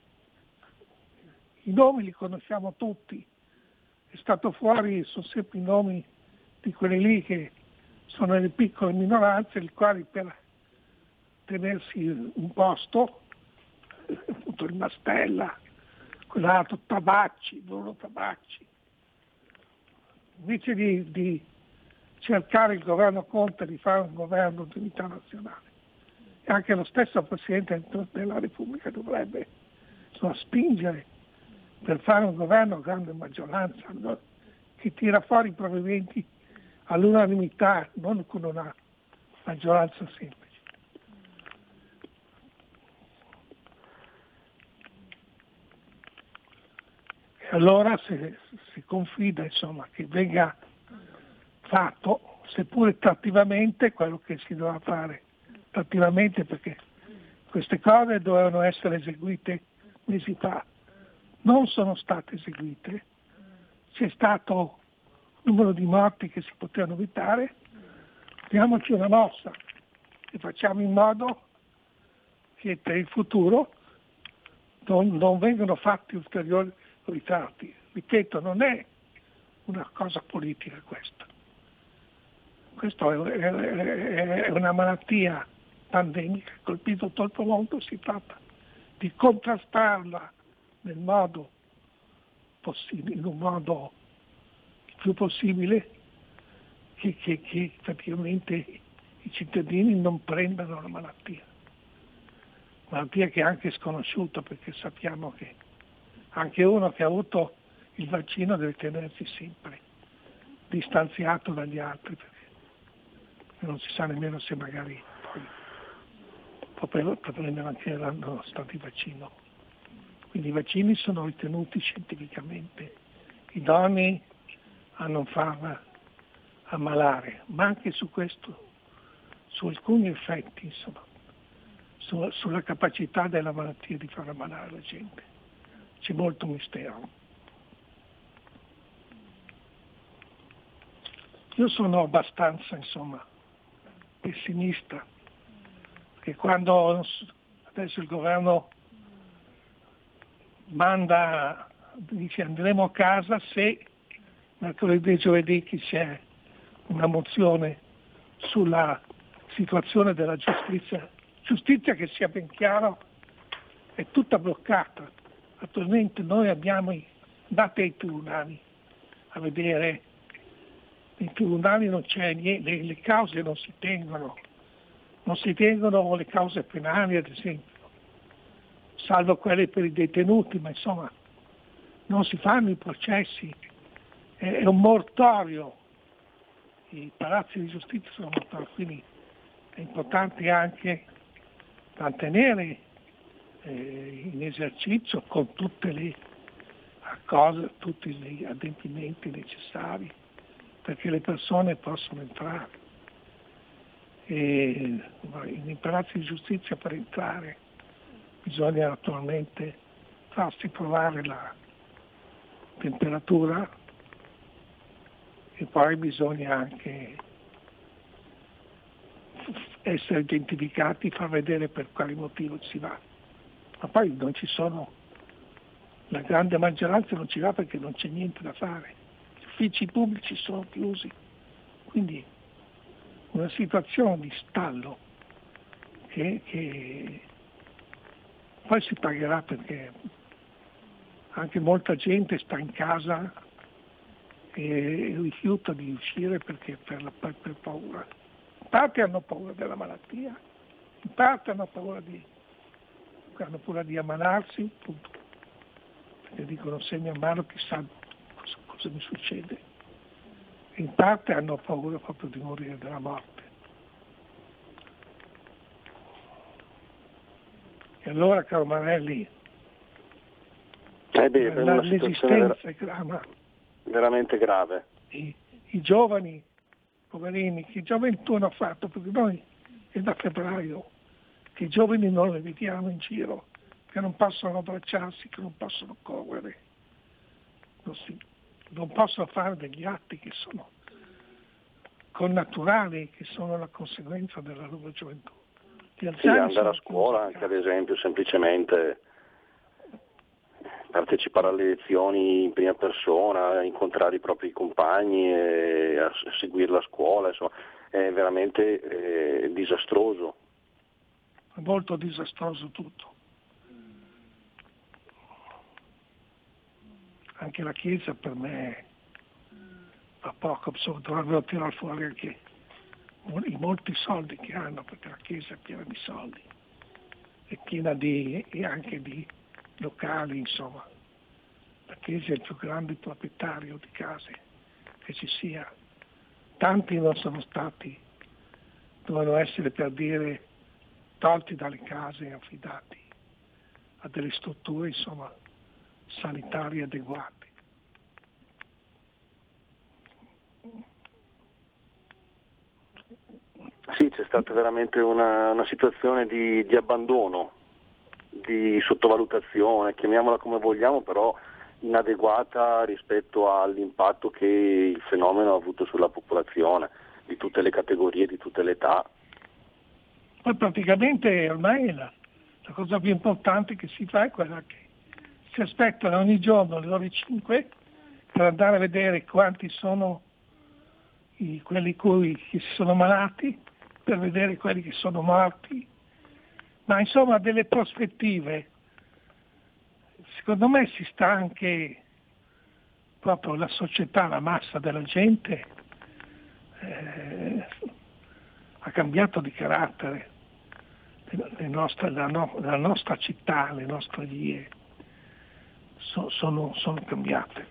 i nomi li conosciamo tutti, è stato fuori, sono sempre i nomi di quelli lì che sono le piccole minoranze, i quali per tenersi un posto, appunto il Mastella, quell'altro Tabacci, Bruno Tabacci, invece di, di cercare il governo Conte di fare un governo di unità nazionale. E anche lo stesso Presidente della Repubblica dovrebbe, insomma, spingere per fare un governo a grande maggioranza, no? Che tira fuori i provvedimenti all'unanimità, non con una maggioranza semplice. E allora si, si confida insomma, che venga fatto, seppure tattivamente, quello che si doveva fare tattivamente, perché queste cose dovevano essere eseguite mesi fa, non sono state eseguite, c'è stato un numero di morti che si potevano evitare, diamoci una mossa e facciamo in modo che per il futuro non, non vengano fatti ulteriori ritardi. Ripeto, non è una cosa politica questa. Questa è, è, è una malattia pandemica che ha colpito tutto il mondo, si tratta di contrastarla nel modo possibile, in un modo il più possibile, che, che, che praticamente i cittadini non prendano la malattia. Malattia che è anche sconosciuta, perché sappiamo che anche uno che ha avuto il vaccino deve tenersi sempre distanziato dagli altri, perché non si sa nemmeno se magari poi può prendere anche l'anno stato di vaccino. Quindi i vaccini sono ritenuti scientificamente idonei a non far ammalare, ma anche su questo, su alcuni effetti, insomma, su, sulla capacità della malattia di far ammalare la gente. C'è molto mistero. Io sono abbastanza, insomma, pessimista, perché quando adesso il governo manda, dice andremo a casa se mercoledì e giovedì che c'è una mozione sulla situazione della giustizia, giustizia che sia ben chiaro è tutta bloccata. Attualmente noi abbiamo i dati ai tribunali a vedere, nei tribunali non c'è niente, le, le cause non si tengono, non si tengono le cause penali ad esempio, salvo quelle per i detenuti, ma insomma non si fanno i processi, è, è un mortorio, i palazzi di giustizia sono mortori, quindi è importante anche mantenere eh, in esercizio con tutte le cose, tutti gli adempimenti necessari perché le persone possano entrare. E nei palazzi di giustizia per entrare bisogna naturalmente farsi provare la temperatura e poi bisogna anche essere identificati, far vedere per quali motivo si va. Ma poi non ci sono, la grande maggioranza non ci va perché non c'è niente da fare. Gli uffici pubblici sono chiusi, quindi una situazione di stallo che, che poi si pagherà perché anche molta gente sta in casa e rifiuta di uscire perché per, la, per, per paura. In parte hanno paura della malattia, in parte hanno paura di, hanno paura di ammalarsi, appunto, perché dicono se mi ammalo chissà cosa, cosa mi succede. E in parte hanno paura proprio di morire della morte. E allora, caro Marelli, eh beh, è una l'esistenza è grave. Veramente grave. I, I giovani, poverini, che gioventù hanno fatto, perché noi è da febbraio che i giovani non li vediamo in giro, che non possono abbracciarsi, che non possono correre, non, si, non possono fare degli atti che sono connaturali, che sono la conseguenza della loro gioventù. Sì, andare a scuola anche ad esempio, semplicemente partecipare alle lezioni in prima persona, incontrare i propri compagni, e a seguire la scuola, insomma, è veramente eh, disastroso. È molto disastroso tutto. Anche la Chiesa per me fa poco, dovrebbero tirare fuori anche i molti soldi che hanno, perché la Chiesa è piena di soldi, è piena di, e anche di locali, insomma. La Chiesa è il più grande proprietario di case che ci sia. Tanti non sono stati, dovevano essere, per dire, tolti dalle case e affidati a delle strutture, insomma, sanitarie adeguate. c'è stata veramente una, una situazione di, di abbandono, di sottovalutazione, chiamiamola come vogliamo, però inadeguata rispetto all'impatto che il fenomeno ha avuto sulla popolazione, di tutte le categorie, di tutte le età. Poi praticamente ormai la, la cosa più importante che si fa è quella che si aspettano ogni giorno alle ore cinque per andare a vedere quanti sono i, quelli cui, che si sono malati, per vedere quelli che sono morti, ma insomma delle prospettive. Secondo me si sta anche proprio la società, la massa della gente eh, ha cambiato di carattere, le nostre, la, no, la nostra città, le nostre vie so, sono, sono cambiate.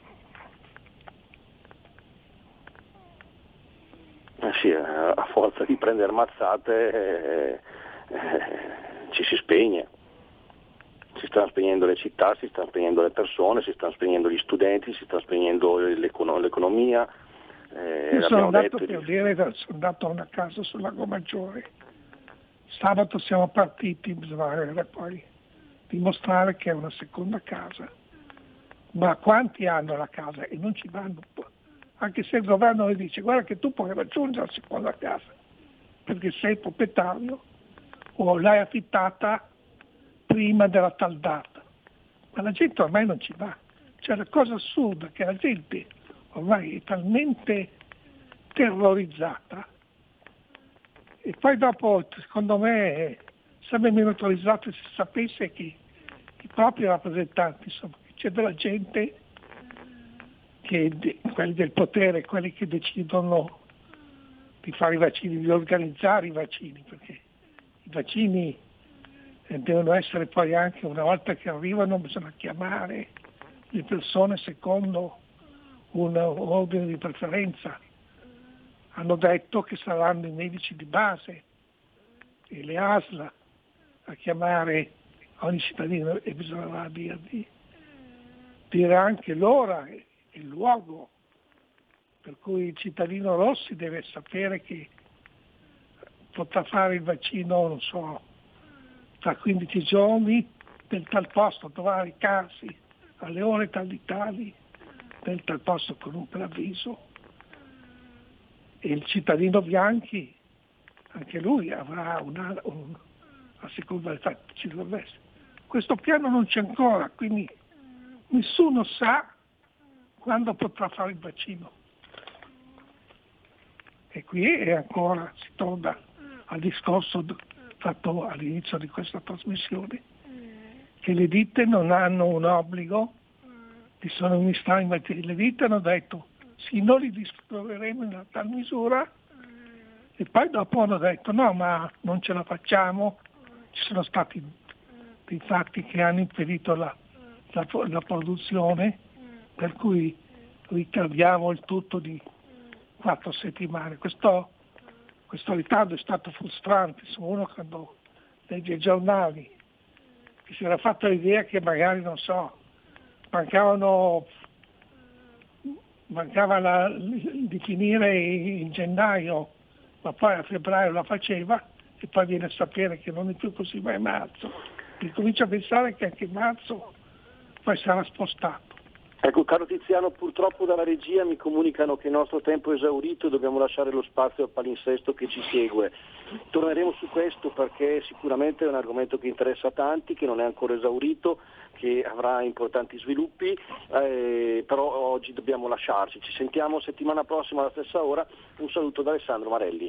Eh sì, a forza di prendere mazzate eh, eh, ci si spegne. Si stanno spegnendo le città, si stanno spegnendo le persone, si stanno spegnendo gli studenti, si sta spegnendo l'econo- l'economia. Eh, sono andato detto, per dire, sono andato a una casa sul Lago Maggiore. Sabato siamo partiti, bisogna poi dimostrare che è una seconda casa. Ma quanti hanno la casa e non ci vanno? Anche se il governo le dice guarda che tu puoi raggiungere la seconda casa perché sei proprietario o l'hai affittata prima della tal data, ma la gente ormai non ci va. Cioè la cosa assurda è che la gente ormai è talmente terrorizzata e poi dopo secondo me sarebbe meno terrorizzato se sapesse che i propri rappresentanti, insomma, che c'è della gente che quelli del potere, quelli che decidono di fare i vaccini, di organizzare i vaccini, perché i vaccini devono essere poi anche, una volta che arrivano bisogna chiamare le persone secondo un ordine di preferenza. Hanno detto che saranno i medici di base e le A S L a chiamare ogni cittadino e bisognerà dirgli, dire anche l'ora e il luogo, per cui il cittadino Rossi deve sapere che potrà fare il vaccino, non so, tra quindici giorni nel tal posto, dovrà recarsi alle ore tal di tali nel tal posto con un preavviso, e il cittadino Bianchi anche lui avrà una, un, a seconda del fatto che ci dovrebbe essere. Questo piano non c'è ancora, quindi nessuno sa quando potrà fare il vaccino. E qui è ancora, si torna al discorso fatto all'inizio di questa trasmissione, che le ditte non hanno un obbligo di somministrare i vaccini. Le ditte hanno detto sì, noi li distribuiremo in una tal misura, e poi dopo hanno detto no, ma non ce la facciamo, ci sono stati dei fatti che hanno impedito la, la, la produzione, per cui ritardiamo il tutto di quattro settimane. Questo, questo ritardo è stato frustrante. Insomma, uno quando legge i giornali che si era fatto l'idea che magari, non so, mancavano mancava la, di finire in gennaio, ma poi a febbraio la faceva, e poi viene a sapere che non è più così, ma è marzo. E comincia a pensare che anche marzo poi sarà spostato. Ecco, caro Tiziano, purtroppo dalla regia mi comunicano che il nostro tempo è esaurito e dobbiamo lasciare lo spazio al palinsesto che ci segue. Torneremo su questo perché sicuramente è un argomento che interessa a tanti, che non è ancora esaurito, che avrà importanti sviluppi, eh, però oggi dobbiamo lasciarci. Ci sentiamo settimana prossima alla stessa ora. Un saluto da Alessandro Marelli.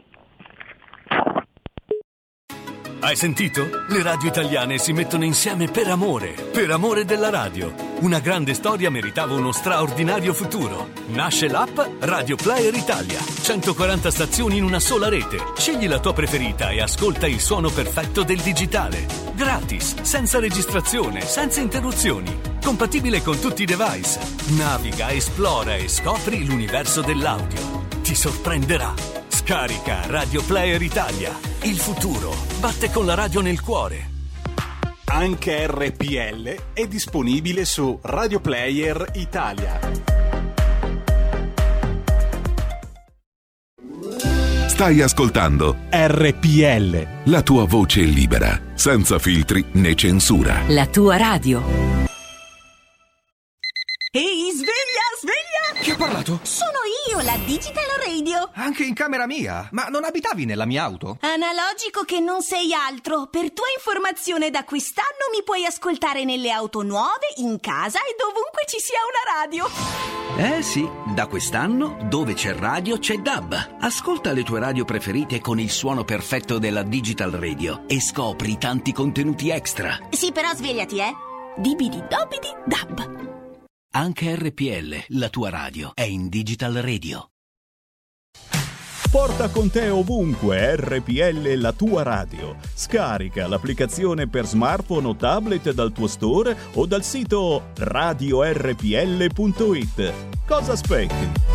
Hai sentito? Le radio italiane si mettono insieme per amore, per amore della radio. Una grande storia meritava uno straordinario futuro. Nasce l'app Radio Player Italia. centoquaranta stazioni in una sola rete. Scegli la tua preferita e ascolta il suono perfetto del digitale. Gratis, senza registrazione, senza interruzioni. Compatibile con tutti i device. Naviga, esplora e scopri l'universo dell'audio. Ti sorprenderà. Scarica Radio Player Italia. Il futuro batte con la radio nel cuore. Anche R P L è disponibile su Radio Player Italia. Stai ascoltando R P L. La tua voce libera, senza filtri né censura. La tua radio. Ehi, sveglia, sveglia! Chi ha parlato? Sono io, la Digital Radio. Anche in camera mia? Ma non abitavi nella mia auto? Analogico che non sei altro. Per tua informazione, da quest'anno mi puoi ascoltare nelle auto nuove, in casa e dovunque ci sia una radio. Eh sì, da quest'anno dove c'è radio c'è D A B. Ascolta le tue radio preferite con il suono perfetto della Digital Radio e scopri tanti contenuti extra. Sì, però svegliati, eh. Dibidi dobidi D A B. Anche R P L, la tua radio, è in Digital Radio. Porta con te ovunque R P L, la tua radio. Scarica l'applicazione per smartphone o tablet dal tuo store o dal sito radio erre pi elle punto it. Cosa aspetti?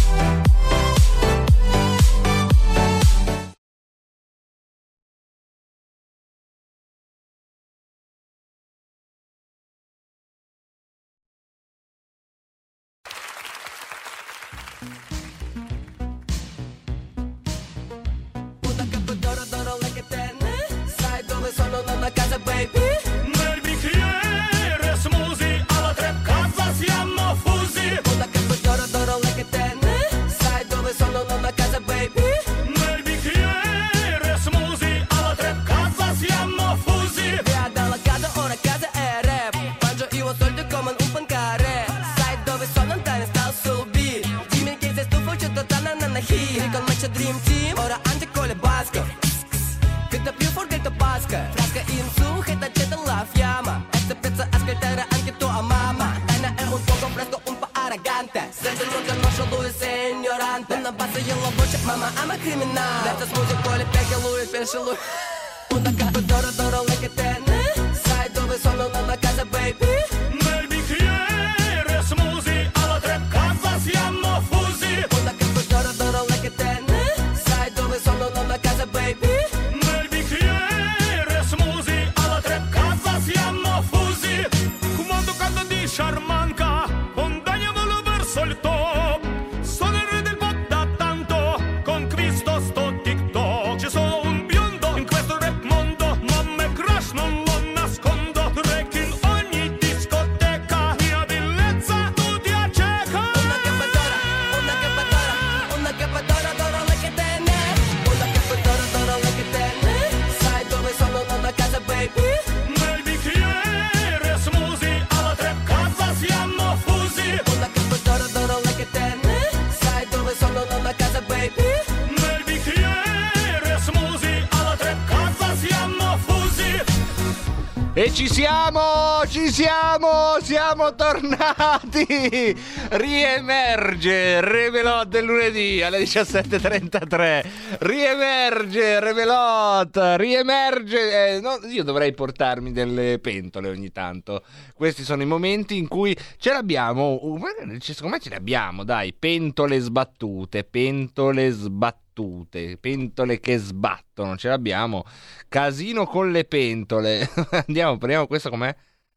E ci siamo, ci siamo, siamo tornati. Riemerge Revelot del lunedì alle diciassette e trentatré. Riemerge Revelot, riemerge. Eh, no, io dovrei portarmi delle pentole ogni tanto. Questi sono i momenti in cui ce l'abbiamo. Secondo me ce le abbiamo, dai. Pentole sbattute, pentole sbattute. Pentole che sbattono, ce l'abbiamo. Casino con le pentole. Andiamo, prendiamo questo com'è?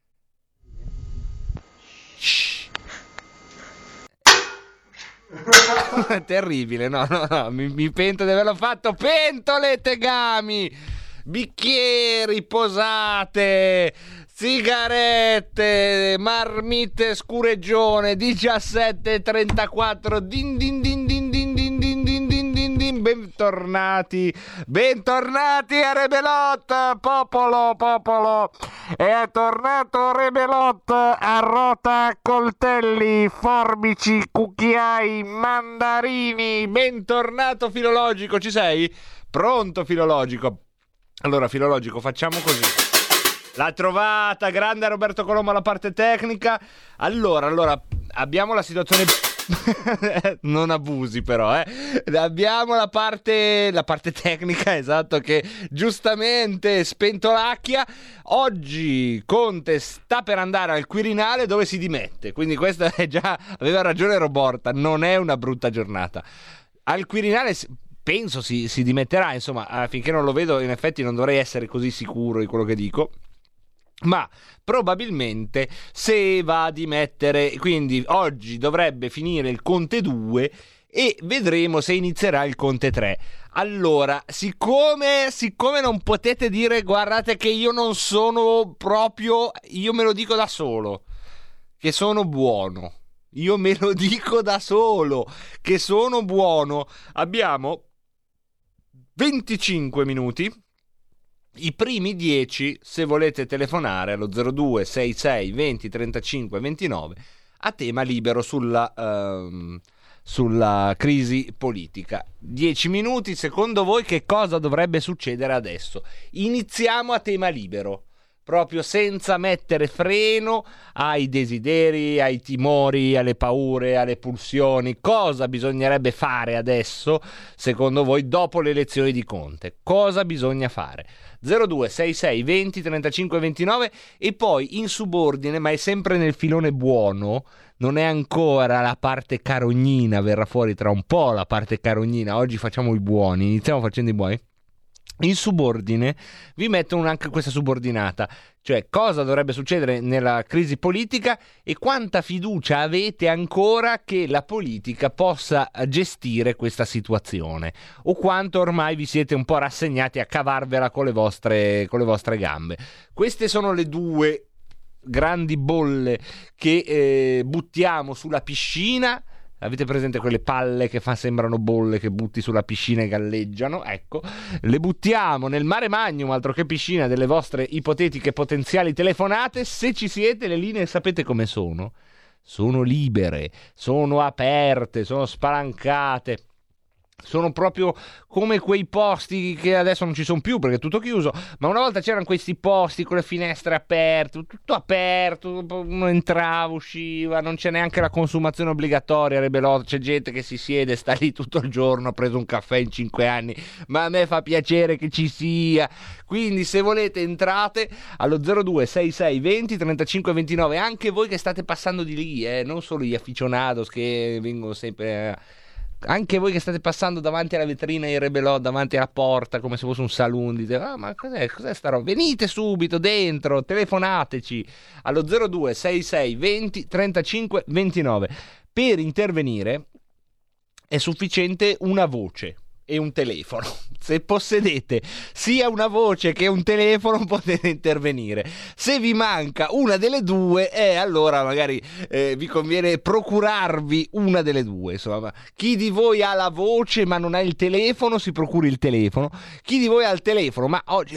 Terribile, no, no, no, mi, mi pento di averlo fatto. Pentole, tegami, bicchieri, posate, sigarette, marmite scureggione, diciassette e trentaquattro. Din din din din din din din din din din din. Bentornati, bentornati a Rebelot, popolo, popolo. È tornato Rebelot a rota coltelli, forbici, cucchiai, mandarini. Bentornato Filologico, ci sei? Pronto Filologico? Allora Filologico, facciamo così. L'ha trovata, grande Roberto Colombo alla parte tecnica. Allora, allora, abbiamo la situazione... non abusi però, eh. Abbiamo la parte la parte tecnica, esatto, che giustamente spentolacchia. Oggi Conte sta per andare al Quirinale dove si dimette, quindi questa è già, aveva ragione Roborta, non è una brutta giornata. Al Quirinale penso si, si dimetterà, insomma, finché non lo vedo in effetti non dovrei essere così sicuro di quello che dico. Ma probabilmente se va a dimettere, quindi oggi dovrebbe finire il Conte due e vedremo se inizierà il Conte tre. Allora, siccome, siccome non potete dire guardate che io non sono proprio, io me lo dico da solo, che sono buono, io me lo dico da solo, che sono buono, abbiamo venticinque minuti, i primi dieci se volete telefonare allo zero due sei sei venti trentacinque ventinove a tema libero sulla... Um, sulla crisi politica. dieci minuti, secondo voi che cosa dovrebbe succedere adesso? Iniziamo a tema libero, proprio senza mettere freno ai desideri, ai timori, alle paure, alle pulsioni. Cosa bisognerebbe fare adesso, secondo voi, dopo le elezioni di Conte? Cosa bisogna fare? zero due sei sei venti trentacinque ventinove e poi in subordine, ma è sempre nel filone buono, non è ancora la parte carognina, verrà fuori tra un po' la parte carognina, oggi facciamo i buoni, iniziamo facendo i buoni. In subordine vi mettono anche questa subordinata, cioè cosa dovrebbe succedere nella crisi politica e quanta fiducia avete ancora che la politica possa gestire questa situazione, o quanto ormai vi siete un po' rassegnati a cavarvela con le vostre, con le vostre gambe. Queste sono le due grandi bolle che eh, buttiamo sulla piscina. Avete presente quelle palle che fa, sembrano bolle che butti sulla piscina e galleggiano? Ecco, le buttiamo nel mare magnum, altro che piscina, delle vostre ipotetiche potenziali telefonate. Se ci siete, le linee sapete come sono? Sono libere, sono aperte, sono spalancate. Sono proprio come quei posti che adesso non ci sono più perché è tutto chiuso, ma una volta c'erano questi posti con le finestre aperte, tutto aperto, uno entrava, usciva, non c'è neanche la consumazione obbligatoria, rebelot, c'è gente che si siede, sta lì tutto il giorno, ha preso un caffè in cinque anni, ma a me fa piacere che ci sia. Quindi se volete entrate allo zero due sei sei venti trentacinque ventinove, anche voi che state passando di lì, eh, non solo gli aficionados che vengono sempre... Eh, anche voi che state passando davanti alla vetrina in rebelot, davanti alla porta come se fosse un saloon, dite ah ma cos'è, cos'è sta roba? Venite subito dentro, telefonateci allo zero due sei sei venti trentacinque ventinove. Per intervenire è sufficiente una voce e un telefono. Se possedete sia una voce che un telefono potete intervenire. Se vi manca una delle due, eh, allora magari eh, vi conviene procurarvi una delle due. Insomma, chi di voi ha la voce ma non ha il telefono, si procuri il telefono. Chi di voi ha il telefono ma oggi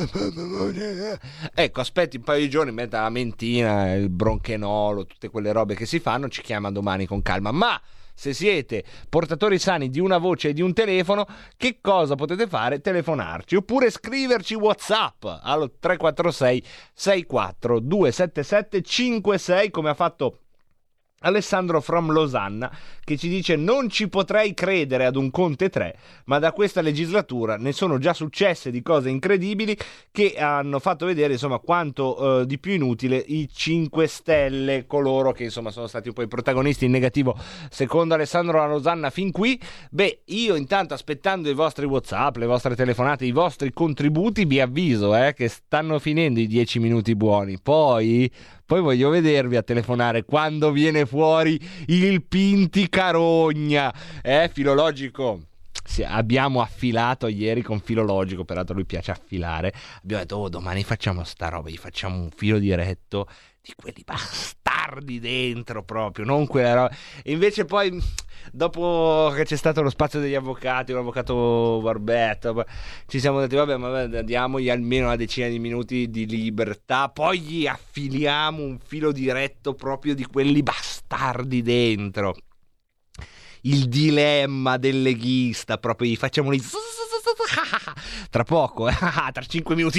ecco, aspetti un paio di giorni, metta la mentina, il bronchenolo, tutte quelle robe che si fanno, ci chiama domani con calma. Ma se siete portatori sani di una voce e di un telefono, che cosa potete fare? Telefonarci oppure scriverci WhatsApp allo tre quattro sei sei quattro due sette sette cinque sei, come ha fatto Alessandro from Losanna, che ci dice: non ci potrei credere ad un Conte tre, ma da questa legislatura ne sono già successe di cose incredibili che hanno fatto vedere insomma quanto eh, di più inutile i cinque Stelle, coloro che insomma sono stati un po' i protagonisti in negativo secondo Alessandro from Losanna fin qui. Beh, io intanto, aspettando i vostri WhatsApp, le vostre telefonate, i vostri contributi, vi avviso eh, che stanno finendo i dieci minuti buoni, poi Poi voglio vedervi a telefonare quando viene fuori il Pinti Carogna, eh, filologico. Sì, abbiamo affilato ieri con filologico, peraltro lui piace affilare. Abbiamo detto, oh, domani facciamo sta roba, gli facciamo un filo diretto di quelli bastardi dentro proprio, non quella roba. E invece poi, dopo che c'è stato lo spazio degli avvocati, un avvocato Barbetto, ci siamo detti vabbè, ma diamogli almeno una decina di minuti di libertà, poi gli affiliamo un filo diretto proprio di quelli bastardi dentro. Il dilemma del leghista, proprio gli facciamo lì tra poco, eh? Tra cinque minuti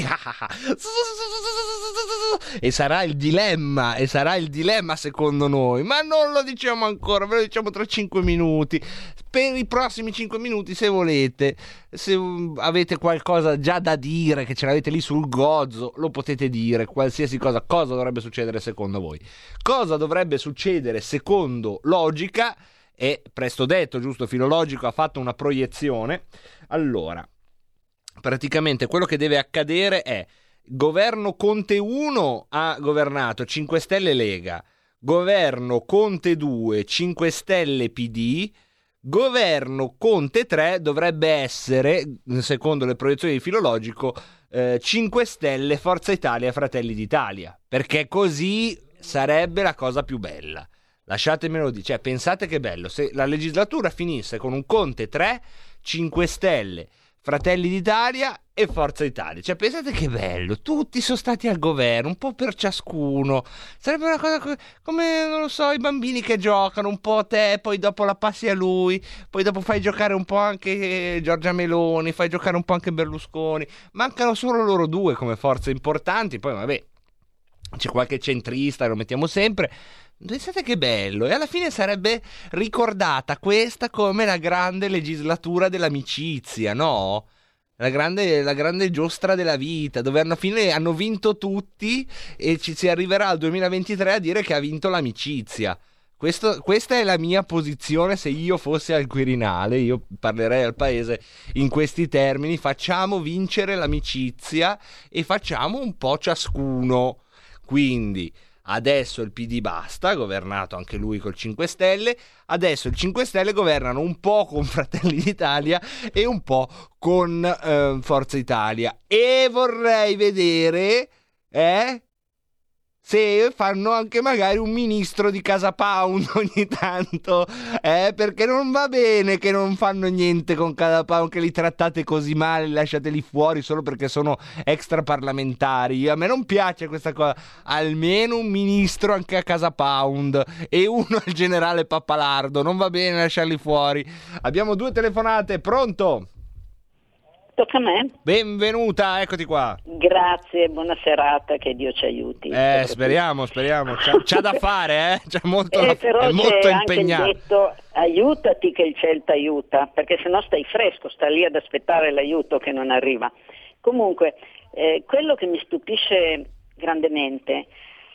e sarà il dilemma, e sarà il dilemma secondo noi, ma non lo diciamo ancora, ve lo diciamo tra cinque minuti. Per i prossimi cinque minuti, se volete, se avete qualcosa già da dire, che ce l'avete lì sul gozzo, lo potete dire, qualsiasi cosa. Cosa dovrebbe succedere secondo voi? Cosa dovrebbe succedere secondo Logica? È presto detto, giusto? Filologico ha fatto una proiezione. Allora, praticamente quello che deve accadere è: governo Conte uno ha governato cinque Stelle Lega, governo Conte due cinque Stelle P D, governo Conte tre dovrebbe essere, secondo le proiezioni di Filologico, eh, cinque Stelle, Forza Italia e Fratelli d'Italia, perché così sarebbe la cosa più bella. Lasciatemelo dire, cioè pensate che bello se la legislatura finisse con un Conte tre, cinque Stelle, Fratelli d'Italia e Forza Italia. Cioè pensate che bello, tutti sono stati al governo, un po' per ciascuno. Sarebbe una cosa co- come, non lo so, i bambini che giocano, un po' te, poi dopo la passi a lui, poi dopo fai giocare un po' anche Giorgia Meloni, fai giocare un po' anche Berlusconi. Mancano solo loro due come forze importanti, poi vabbè, c'è qualche centrista, lo mettiamo sempre. Pensate che bello, e alla fine sarebbe ricordata questa come la grande legislatura dell'amicizia, no? La grande, la grande giostra della vita, dove alla fine hanno vinto tutti e ci si arriverà al duemilaventitré a dire che ha vinto l'amicizia. Questo, questa è la mia posizione. Se io fossi al Quirinale, io parlerei al paese in questi termini: facciamo vincere l'amicizia e facciamo un po' ciascuno. Quindi adesso il P D basta, governato anche lui col cinque Stelle, adesso il cinque Stelle governano un po' con Fratelli d'Italia e un po' con eh, Forza Italia, e vorrei vedere eh, se fanno anche magari un ministro di Casa Pound ogni tanto, eh, perché non va bene che non fanno niente con Casa Pound, che li trattate così male, lasciateli fuori solo perché sono extraparlamentari. A me non piace questa cosa. Almeno un ministro anche a Casa Pound e uno al generale Pappalardo, non va bene lasciarli fuori. Abbiamo due telefonate, pronto? Tocca a me. Benvenuta, eccoti qua. Grazie, buona serata, che Dio ci aiuti. Eh, speriamo, speriamo. C'ha, c'ha da fare, eh? C'è molto, eh, da, però è molto c'è impegnato. Anche il detto, aiutati che il cielo t'aiuta, perché sennò stai fresco, sta lì ad aspettare l'aiuto che non arriva. Comunque, eh, quello che mi stupisce grandemente,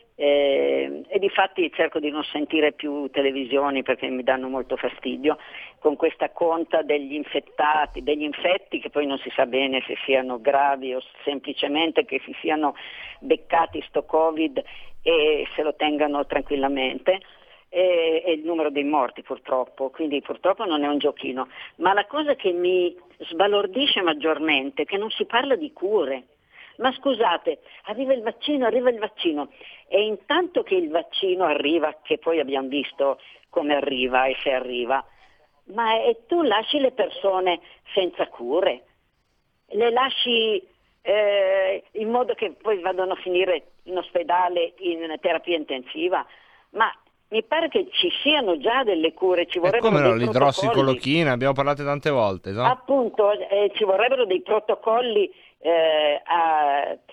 eh, e difatti cerco di non sentire più televisioni perché mi danno molto fastidio, con questa conta degli infettati, degli infetti che poi non si sa bene se siano gravi o semplicemente che si siano beccati sto Covid e se lo tengano tranquillamente, e, e il numero dei morti purtroppo, quindi purtroppo non è un giochino. Ma la cosa che mi sbalordisce maggiormente è che non si parla di cure. Ma scusate, arriva il vaccino, arriva il vaccino, e intanto che il vaccino arriva, che poi abbiamo visto come arriva e se arriva, ma e tu lasci le persone senza cure, le lasci eh, in modo che poi vadano a finire in ospedale in terapia intensiva, ma mi pare che ci siano già delle cure, ci vorrebbero come no, dei l'idrossicolochina, abbiamo parlato tante volte, no? Appunto, eh, ci vorrebbero dei protocolli eh, a, eh,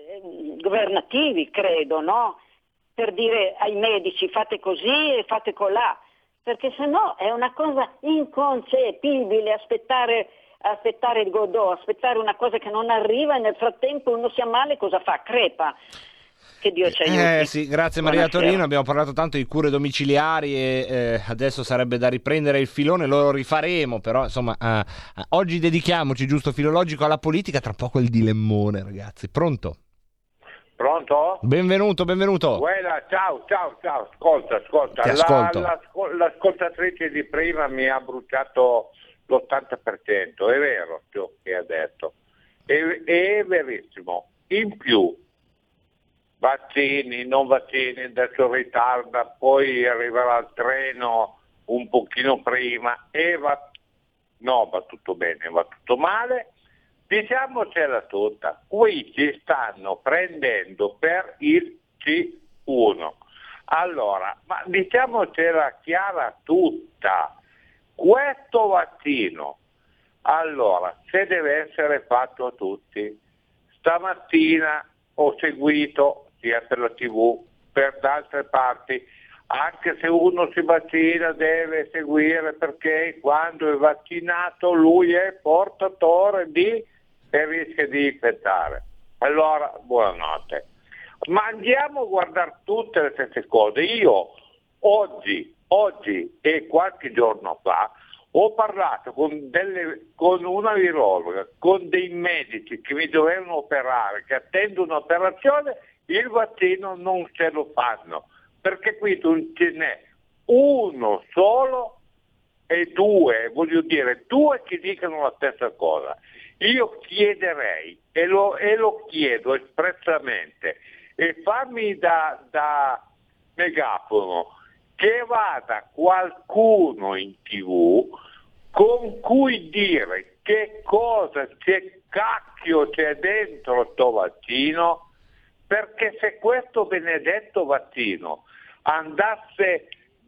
governativi, credo, no? Per dire ai medici fate così e fate colà, perché sennò è una cosa inconcepibile aspettare, aspettare il Godot, aspettare una cosa che non arriva e nel frattempo uno si ammala e cosa fa? Crepa. Che Dio ci aiuti. Eh sì, grazie Maria Buonasera. Torino, abbiamo parlato tanto di cure domiciliari e eh, adesso sarebbe da riprendere il filone, lo rifaremo, però insomma eh, oggi dedichiamoci, giusto filologico, alla politica, tra poco il dilemmone, ragazzi. Pronto? Pronto? Benvenuto, benvenuto. Buona, ciao, ciao, ciao, ascolta, ascolta. Ti La, ascolto. la, l'ascoltatrice di prima mi ha bruciato l'ottanta per cento, è vero ciò che ha detto, è, è verissimo. In più, vaccini, non vaccini, adesso ritarda, poi arriverà il treno un pochino prima e va, no, va tutto bene, va tutto male. Diciamocela tutta, qui ci stanno prendendo per il C uno. Allora, ma diciamocela chiara tutta, questo vaccino, allora, se deve essere fatto a tutti, stamattina ho seguito, sia per la tivù, per da altre parti, anche se uno si vaccina deve seguire perché quando è vaccinato lui è portatore di e rischia di infettare. Allora, buonanotte. Ma andiamo a guardare tutte le stesse cose. Io oggi, oggi e qualche giorno fa ho parlato con, delle, con una virologa, con dei medici che mi dovevano operare, che attendono un'operazione, il vaccino non ce lo fanno, perché qui non ce n'è uno solo e due, voglio dire, due che dicano la stessa cosa. Io chiederei, e lo, e lo chiedo espressamente, e fammi da, da megafono, che vada qualcuno in tv con cui dire che cosa, che cacchio c'è dentro sto vaccino, perché se questo benedetto vaccino andasse,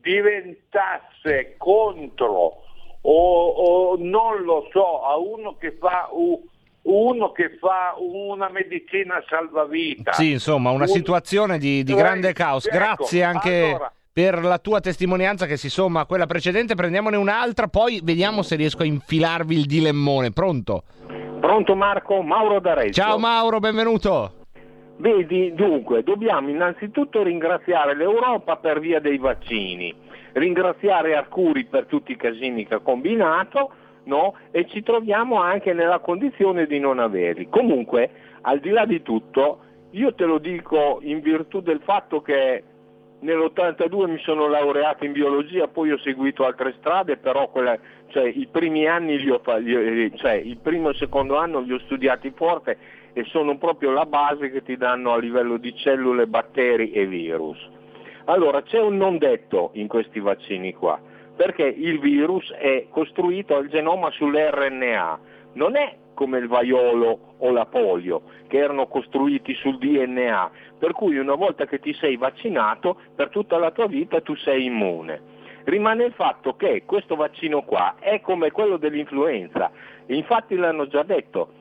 diventasse contro o, o non lo so, a uno che fa uh, uno che fa una medicina salvavita. Sì, insomma, una un... situazione di, di grande caos. Ecco, grazie anche allora... per la tua testimonianza che si somma a quella precedente. Prendiamone un'altra, poi vediamo se riesco a infilarvi il dilemmone. Pronto? Pronto Marco, Mauro da Reggio. Ciao Mauro, benvenuto. Vedi, dunque, dobbiamo innanzitutto ringraziare l'Europa per via dei vaccini, ringraziare Arcuri per tutti i casini che ha combinato, no? E ci troviamo anche nella condizione di non averli. Comunque, al di là di tutto, io te lo dico in virtù del fatto che nell'ottantadue mi sono laureato in biologia, poi ho seguito altre strade, però quella, cioè, i primi anni li ho, cioè il primo e il secondo anno li ho studiati forte e sono proprio la base che ti danno a livello di cellule, batteri e virus. Allora, c'è un non detto in questi vaccini qua, perché il virus è costruito al genoma sull'erre enne a, non è come il vaiolo o la polio, che erano costruiti sul di enne a, per cui una volta che ti sei vaccinato, per tutta la tua vita tu sei immune. Rimane il fatto che questo vaccino qua è come quello dell'influenza, infatti l'hanno già detto,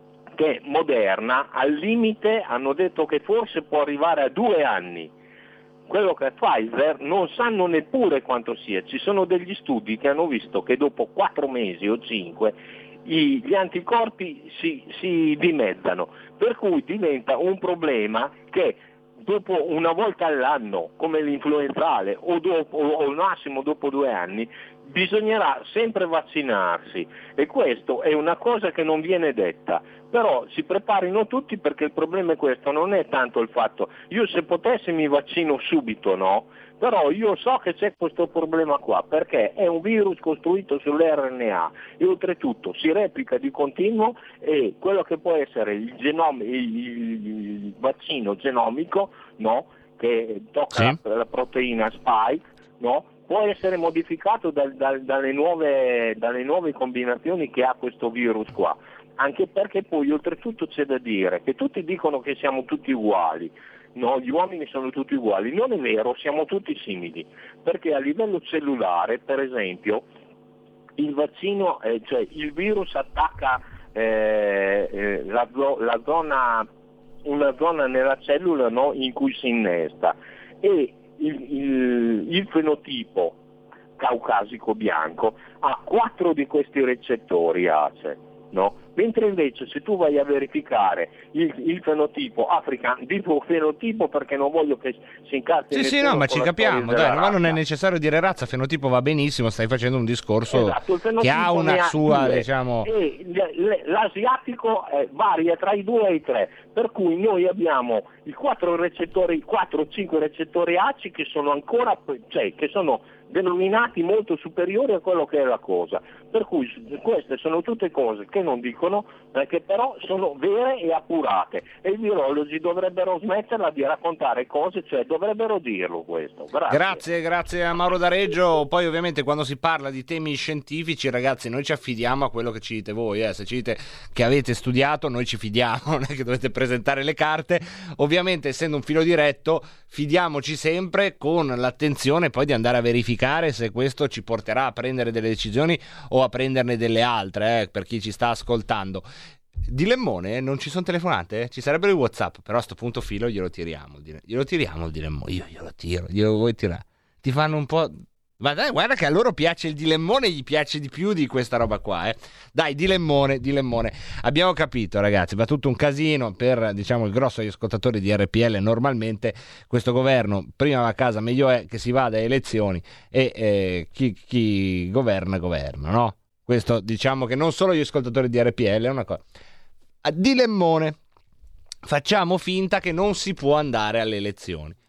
che Moderna al limite hanno detto che forse può arrivare a due anni. Quello che è Pfizer non sanno neppure quanto sia, ci sono degli studi che hanno visto che dopo quattro mesi o cinque i, gli anticorpi si, si dimezzano, per cui diventa un problema che dopo una volta all'anno, come l'influenzale, o, dopo, o al massimo dopo due anni, bisognerà sempre vaccinarsi, e questo è una cosa che non viene detta, però si preparino tutti, perché il problema è questo, non è tanto il fatto, io se potessi mi vaccino subito, no? Però io so che c'è questo problema qua, perché è un virus costruito sull'erre enne a e oltretutto si replica di continuo, e quello che può essere il, genome, il, il vaccino genomico, no? Che tocca sì. la, la proteina spike, no? Può essere modificato dal, dal, dalle, nuove, dalle nuove combinazioni che ha questo virus qua, anche perché poi oltretutto c'è da dire che tutti dicono che siamo tutti uguali. No, gli uomini sono tutti uguali, non è vero, siamo tutti simili, perché a livello cellulare, per esempio, il vaccino, eh, cioè il virus attacca eh, eh, la, la zona, una zona nella cellula, no, in cui si innesta, e il, il, il fenotipo caucasico bianco ha quattro di questi recettori A C E, no? Mentre invece se tu vai a verificare il, il fenotipo africano, dico fenotipo perché non voglio che si incazzi. Sì, sì, no, ma ci capiamo, dai, ma non è necessario dire razza, fenotipo va benissimo, stai facendo un discorso esatto, che ha una sua, due, diciamo... E l'asiatico eh, varia tra i due e i tre, per cui noi abbiamo i quattro recettori, quattro o cinque recettori A C E che sono ancora, cioè che sono denominati molto superiori a quello che è la cosa, per cui queste sono tutte cose che non dicono, perché però sono vere e appurate, e i virologi dovrebbero smetterla di raccontare cose, cioè dovrebbero dirlo questo. Grazie. Grazie, grazie a Mauro da Reggio. Poi ovviamente quando si parla di temi scientifici, ragazzi, noi ci affidiamo a quello che ci dite voi, eh. Se ci dite che avete studiato, noi ci fidiamo, non è che dovete presentare le carte. Ovviamente, essendo un filo diretto, fidiamoci sempre con l'attenzione poi di andare a verificare se questo ci porterà a prendere delle decisioni o a prenderne delle altre, eh, per chi ci sta ascoltando. Dilemmone, non ci sono telefonate? Ci sarebbero i WhatsApp, però a sto punto filo glielo tiriamo, glielo tiriamo il dilemmone, io glielo tiro, glielo vuoi tirare? Ti fanno un po'... Ma dai, guarda che a loro piace il dilemmone, gli piace di più di questa roba qua, eh. Dai, dilemmone, dilemmone. Abbiamo capito, ragazzi, va tutto un casino per, diciamo, il grosso degli ascoltatori di erre pi elle. Normalmente questo governo, prima va a casa, meglio è che si vada a elezioni e eh, chi, chi governa, governa, no? Questo, diciamo che non solo gli ascoltatori di erre pi elle è una cosa. Dilemmone. Facciamo finta che non si può andare alle elezioni.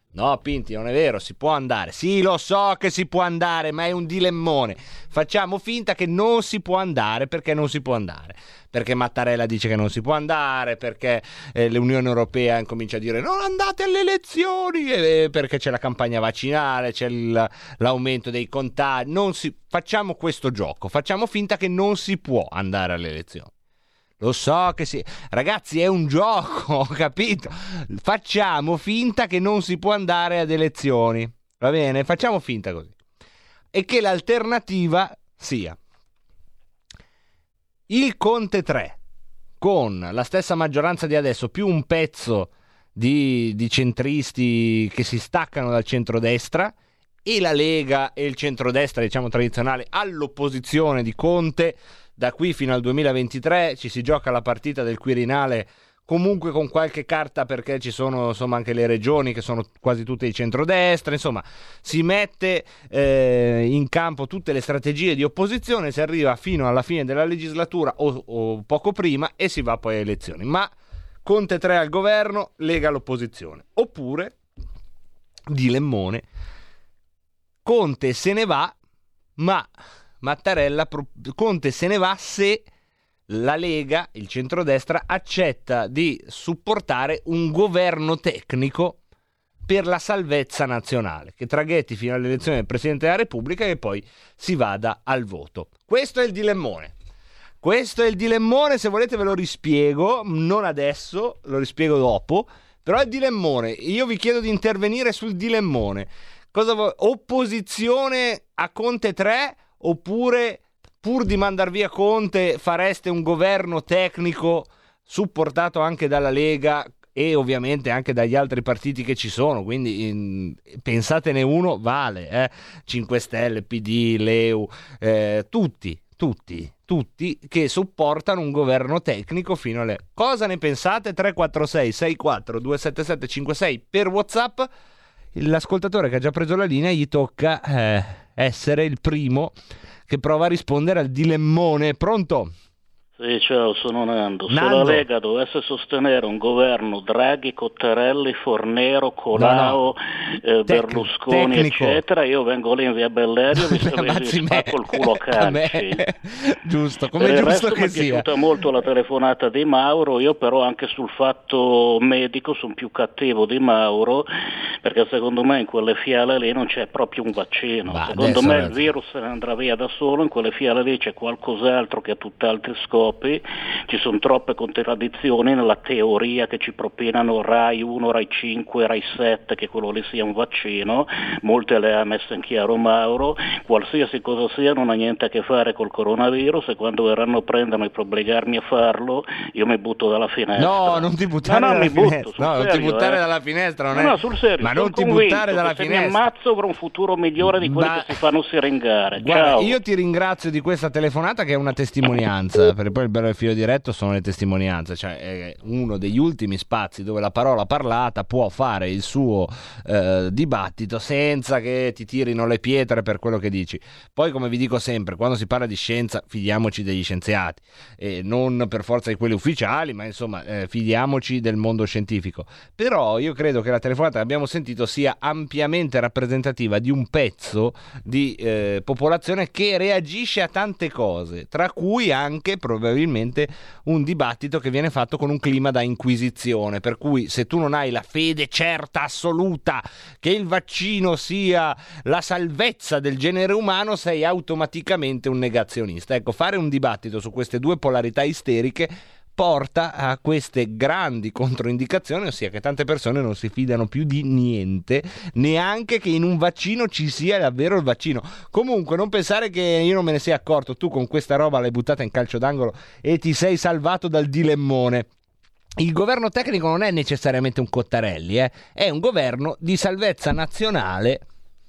No, Pinti, non è vero, si può andare. Sì, lo so che si può andare, ma è un dilemmone. Facciamo finta che non si può andare, perché non si può andare. Perché Mattarella dice che non si può andare, perché eh, l'Unione Europea comincia a dire non andate alle elezioni, eh, perché c'è la campagna vaccinale, c'è il, l'aumento dei contagi. Non si... Facciamo questo gioco, facciamo finta che non si può andare alle elezioni. Lo so che sì, ragazzi, è un gioco, capito? Facciamo finta che non si può andare ad elezioni, va bene? Facciamo finta così. E che l'alternativa sia il Conte tre con la stessa maggioranza di adesso più un pezzo di, di centristi che si staccano dal centrodestra e la Lega e il centrodestra, diciamo tradizionale, all'opposizione di Conte. Da qui fino al duemilaventitré ci si gioca la partita del Quirinale, comunque con qualche carta, perché ci sono insomma anche le regioni che sono quasi tutte di centrodestra. Insomma, si mette eh, in campo tutte le strategie di opposizione, si arriva fino alla fine della legislatura o, o poco prima e si va poi alle elezioni. Ma Conte tre al governo, Lega all'opposizione. Oppure, dilemmone, Conte se ne va, ma Mattarella, Conte se ne va se la Lega, il centrodestra, accetta di supportare un governo tecnico per la salvezza nazionale, che traghetti fino all'elezione del Presidente della Repubblica e poi si vada al voto. Questo è il dilemmone. Questo è il dilemmone, se volete ve lo rispiego, non adesso, lo rispiego dopo, però è il dilemmone. Io vi chiedo di intervenire sul dilemmone. Cosa vo- opposizione a Conte tre oppure pur di mandar via Conte fareste un governo tecnico supportato anche dalla Lega e ovviamente anche dagli altri partiti che ci sono, quindi in, pensatene uno, vale, eh? cinque Stelle, P D, L E U, eh, tutti, tutti, tutti che supportano un governo tecnico fino alle... Cosa ne pensate? tre quattro sei sei quattro due sette sette cinque sei per WhatsApp. L'ascoltatore che ha già preso la linea gli tocca eh, essere il primo che prova a rispondere al dilemmone. Pronto? Sì, ciao, sono Nando. Se Nando. la Lega dovesse sostenere un governo Draghi, Cottarelli, Fornero, Colao, no, no. Eh, Tec- Berlusconi, tecnico. eccetera, io vengo lì in via Bellerio e vi, vi spacco il culo a calci. Giusto, come è giusto che sia. Mi è piaciuta molto la telefonata di Mauro, io però anche sul fatto medico sono più cattivo di Mauro, perché secondo me in quelle fiale lì non c'è proprio un vaccino. Bah, secondo me il virus se ne andrà via da solo, in quelle fiale lì c'è qualcos'altro che ha tutt'altri scopi. Ci sono troppe contraddizioni nella teoria che ci propinano Rai uno, Rai cinque, Rai sette che quello lì sia un vaccino, molte le ha messe in chiaro Mauro. Qualsiasi cosa sia non ha niente a che fare col coronavirus e quando verranno a prendermi per obbligarmi a farlo io mi butto dalla finestra. No, non ti buttare no, no, dalla mi finestra. Butto, no, serio, non ti buttare eh. dalla finestra, non no, è... no, sul serio, ma non ti buttare dalla che finestra. Se mi ammazzo avrò un futuro migliore di quelli Ma... che si fanno siringare. Guarda, ciao. Io ti ringrazio di questa telefonata che è una testimonianza, perché poi il bello del filo diretto sono le testimonianze, cioè è uno degli ultimi spazi dove la parola parlata può fare il suo eh, dibattito senza che ti tirino le pietre per quello che dici. Poi, come vi dico sempre, quando si parla di scienza fidiamoci degli scienziati e non per forza di quelli ufficiali, ma insomma eh, fidiamoci del mondo scientifico. Però io credo che la telefonata che abbiamo sentito sia ampiamente rappresentativa di un pezzo di eh, popolazione che reagisce a tante cose, tra cui anche probabilmente un dibattito che viene fatto con un clima da inquisizione, per cui se tu non hai la fede certa, assoluta, che il vaccino sia la salvezza del genere umano, sei automaticamente un negazionista. Ecco, fare un dibattito su queste due polarità isteriche porta a queste grandi controindicazioni, ossia che tante persone non si fidano più di niente, neanche che in un vaccino ci sia davvero il vaccino. Comunque non pensare che io non me ne sia accorto, tu con questa roba l'hai buttata in calcio d'angolo e ti sei salvato dal dilemmone. Il governo tecnico non è necessariamente un Cottarelli, eh? È un governo di salvezza nazionale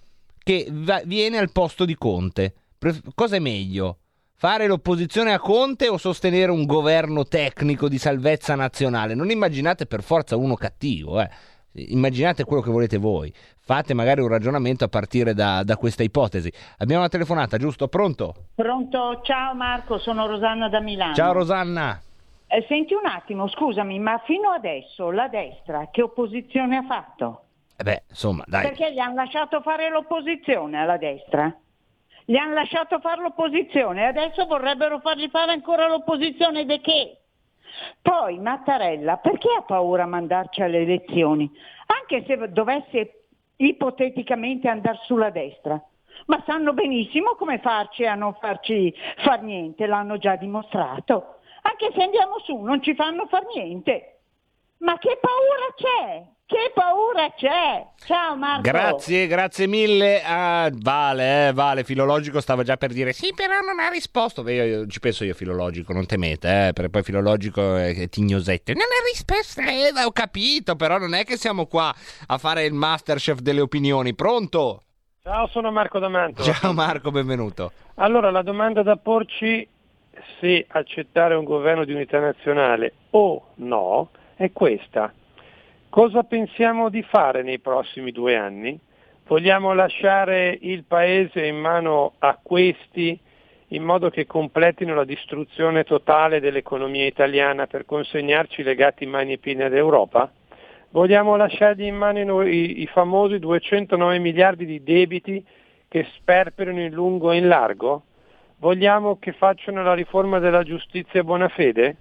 che va- viene al posto di Conte. Pre- cosa è meglio? Fare l'opposizione a Conte o sostenere un governo tecnico di salvezza nazionale? Non immaginate per forza uno cattivo, eh. Immaginate quello che volete voi. Fate magari un ragionamento a partire da, da questa ipotesi. Abbiamo una telefonata, giusto? Pronto? Pronto, ciao Marco, sono Rosanna da Milano. Ciao Rosanna. Eh, senti un attimo, scusami, ma fino adesso la destra che opposizione ha fatto? Eh beh, insomma, dai. Perché gli hanno lasciato fare l'opposizione alla destra. Gli hanno lasciato fare l'opposizione e adesso vorrebbero fargli fare ancora l'opposizione di che? Poi Mattarella, perché ha paura a mandarci alle elezioni? Anche se dovesse ipoteticamente andare sulla destra. Ma sanno benissimo come farci a non farci far niente, l'hanno già dimostrato. Anche se andiamo su non ci fanno far niente. Ma che paura c'è? Che paura c'è? Ciao Marco. Grazie, grazie mille. Ah, Vale, eh, Vale, Filologico stava già per dire sì, però non ha risposto. Beh, io, io ci penso io, Filologico, non temete, eh, perché poi Filologico è, è tignosette. Non ha risposto, eh, ho capito, però non è che siamo qua a fare il Masterchef delle opinioni. Pronto? Ciao, sono Marco D'Amanto. Ciao Marco, benvenuto. Allora, la domanda da porci, se accettare un governo di unità nazionale o no, è questa. Cosa pensiamo di fare nei prossimi due anni? Vogliamo lasciare il paese in mano a questi in modo che completino la distruzione totale dell'economia italiana per consegnarci legati mani e piedi all'Europa? Vogliamo lasciargli in mano i, i famosi duecentonove miliardi di debiti che sperperano in lungo e in largo? Vogliamo che facciano la riforma della giustizia a buona fede?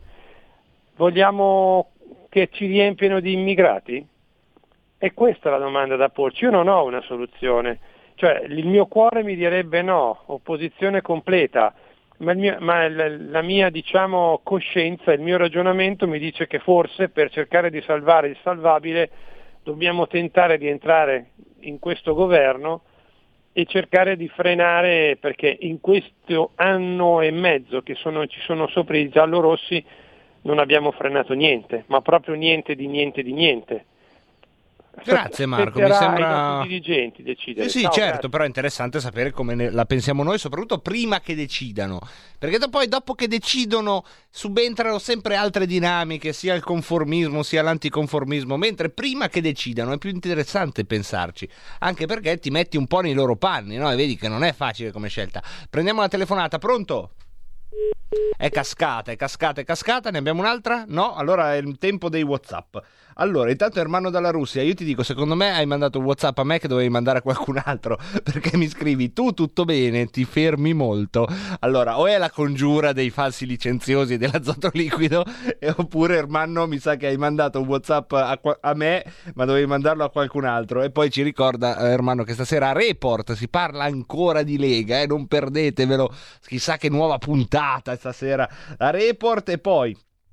Vogliamo che ci riempiano di immigrati? E questa è la domanda da porci. Io non ho una soluzione, cioè il mio cuore mi direbbe no, opposizione completa, ma, il mio, ma la mia diciamo coscienza, il mio ragionamento mi dice che forse per cercare di salvare il salvabile dobbiamo tentare di entrare in questo governo e cercare di frenare, perché in questo anno e mezzo che sono, ci sono sopra i giallorossi non abbiamo frenato niente, ma proprio niente di niente di niente. Grazie Marco, mi sembra... ai dirigenti decidere. Sì, sì, Ciao, certo, grazie. però è interessante sapere come ne- la pensiamo noi, soprattutto prima che decidano, perché do- poi dopo che decidono subentrano sempre altre dinamiche, sia il conformismo sia l'anticonformismo, mentre prima che decidano è più interessante pensarci, anche perché ti metti un po' nei loro panni, no? E vedi che non è facile come scelta. Prendiamo la telefonata, pronto? È cascata, è cascata, è cascata, ne abbiamo un'altra? No? Allora è il tempo dei WhatsApp. Allora, intanto Ermanno dalla Russia, io ti dico, secondo me hai mandato un WhatsApp a me che dovevi mandare a qualcun altro, perché mi scrivi tu tutto bene, ti fermi molto. Allora, o è la congiura dei falsi licenziosi dell'azoto liquido, e oppure Ermanno mi sa che hai mandato un WhatsApp a, a me, ma dovevi mandarlo a qualcun altro. E poi ci ricorda Ermanno che stasera a Report si parla ancora di Lega, eh, non perdetevelo, chissà che nuova puntata stasera a Report. E poi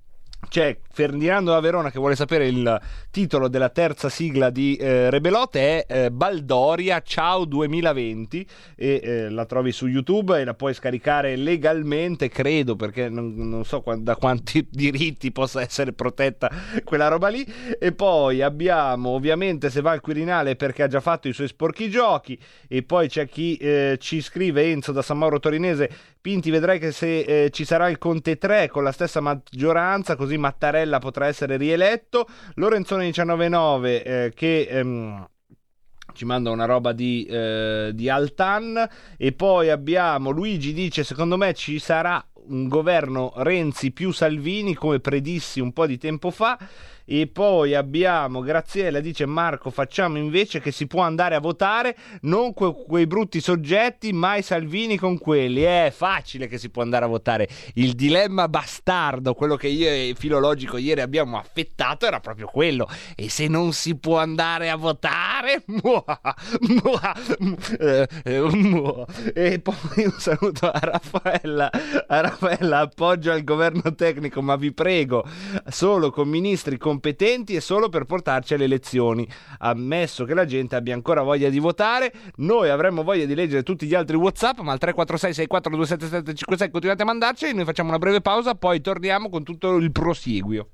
c'è Ferdinando da Verona che vuole sapere il titolo della terza sigla di eh, Rebelot, è eh, Baldoria Ciao duemilaventi, e eh, la trovi su YouTube e la puoi scaricare legalmente, credo, perché non, non so qu- da quanti diritti possa essere protetta quella roba lì. E poi abbiamo ovviamente Se va al Quirinale perché ha già fatto i suoi sporchi giochi. E poi c'è chi eh, ci scrive, Enzo da San Mauro Torinese: Pinti, vedrai che se eh, ci sarà il Conte tre con la stessa maggioranza, così Mattarella potrà essere rieletto. Lorenzone diciannove nove eh, che ehm, ci manda una roba di, eh, di Altan. E poi abbiamo Luigi dice: secondo me ci sarà un governo Renzi più Salvini come predissi un po' di tempo fa. E poi abbiamo Graziella dice: Marco, facciamo invece che si può andare a votare, non que- quei brutti soggetti, mai Salvini con quelli. È facile che si può andare a votare. Il dilemma bastardo, quello che io e Filologico ieri abbiamo affettato, era proprio quello. E se non si può andare a votare? Muah, muah, eh, eh, muah. E poi un saluto a Raffaella. A Raffaella, appoggio al governo tecnico, ma vi prego, solo con ministri con competenti e solo per portarci alle elezioni. Ammesso che la gente abbia ancora voglia di votare, noi avremmo voglia di leggere tutti gli altri WhatsApp, ma al tre quattro sei sei quattro due sette sette cinque sei continuate a mandarci. Noi facciamo una breve pausa, poi torniamo con tutto il prosieguio.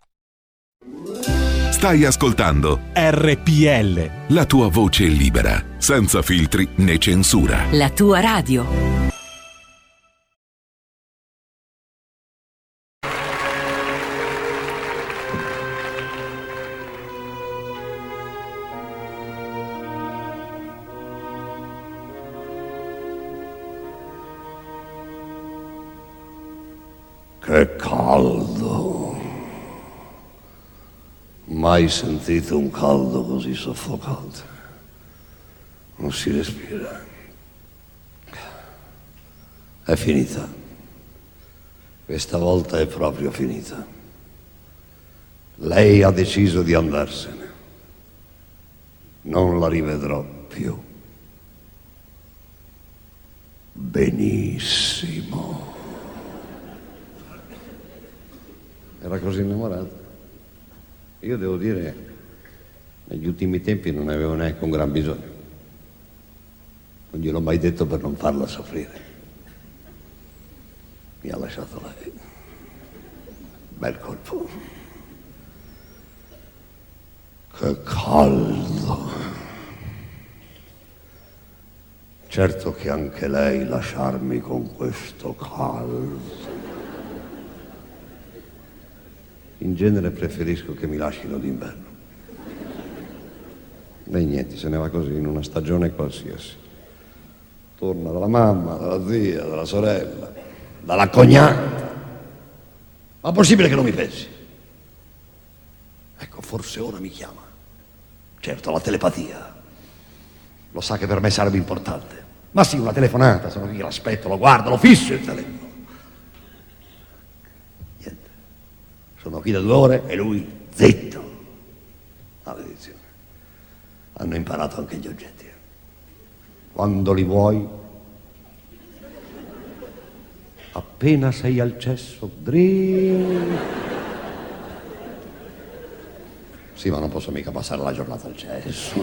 Stai ascoltando R P L, la tua voce libera, senza filtri né censura. La tua radio. Che caldo, Mai sentito un caldo così soffocante. Non si respira. È finita. Questa volta è proprio finita. Lei ha deciso di andarsene. Non la rivedrò più. Benissimo. Era così innamorata. Io devo dire, negli ultimi tempi non ne avevo neanche un gran bisogno. Non gliel'ho mai detto per non farla soffrire. Mi ha lasciato lei. Bel colpo. Che caldo. Certo che anche lei lasciarmi con questo caldo. In genere preferisco che mi lasciino d'inverno. Lei niente, se ne va così in una stagione qualsiasi. Torna dalla mamma, dalla zia, dalla sorella, dalla cognata. Ma è possibile che non mi pensi? Ecco, forse ora mi chiama. Certo, la telepatia. Lo sa che per me sarebbe importante. Ma sì, una telefonata, sono qui, l'aspetto, lo guardo, lo fisso il telefono. Niente. Sono qui da due ore e lui zitto. Maledizione. Hanno imparato anche gli oggetti. Quando li vuoi, appena sei al cesso, drin. Sì, ma non posso mica passare la giornata al cesso.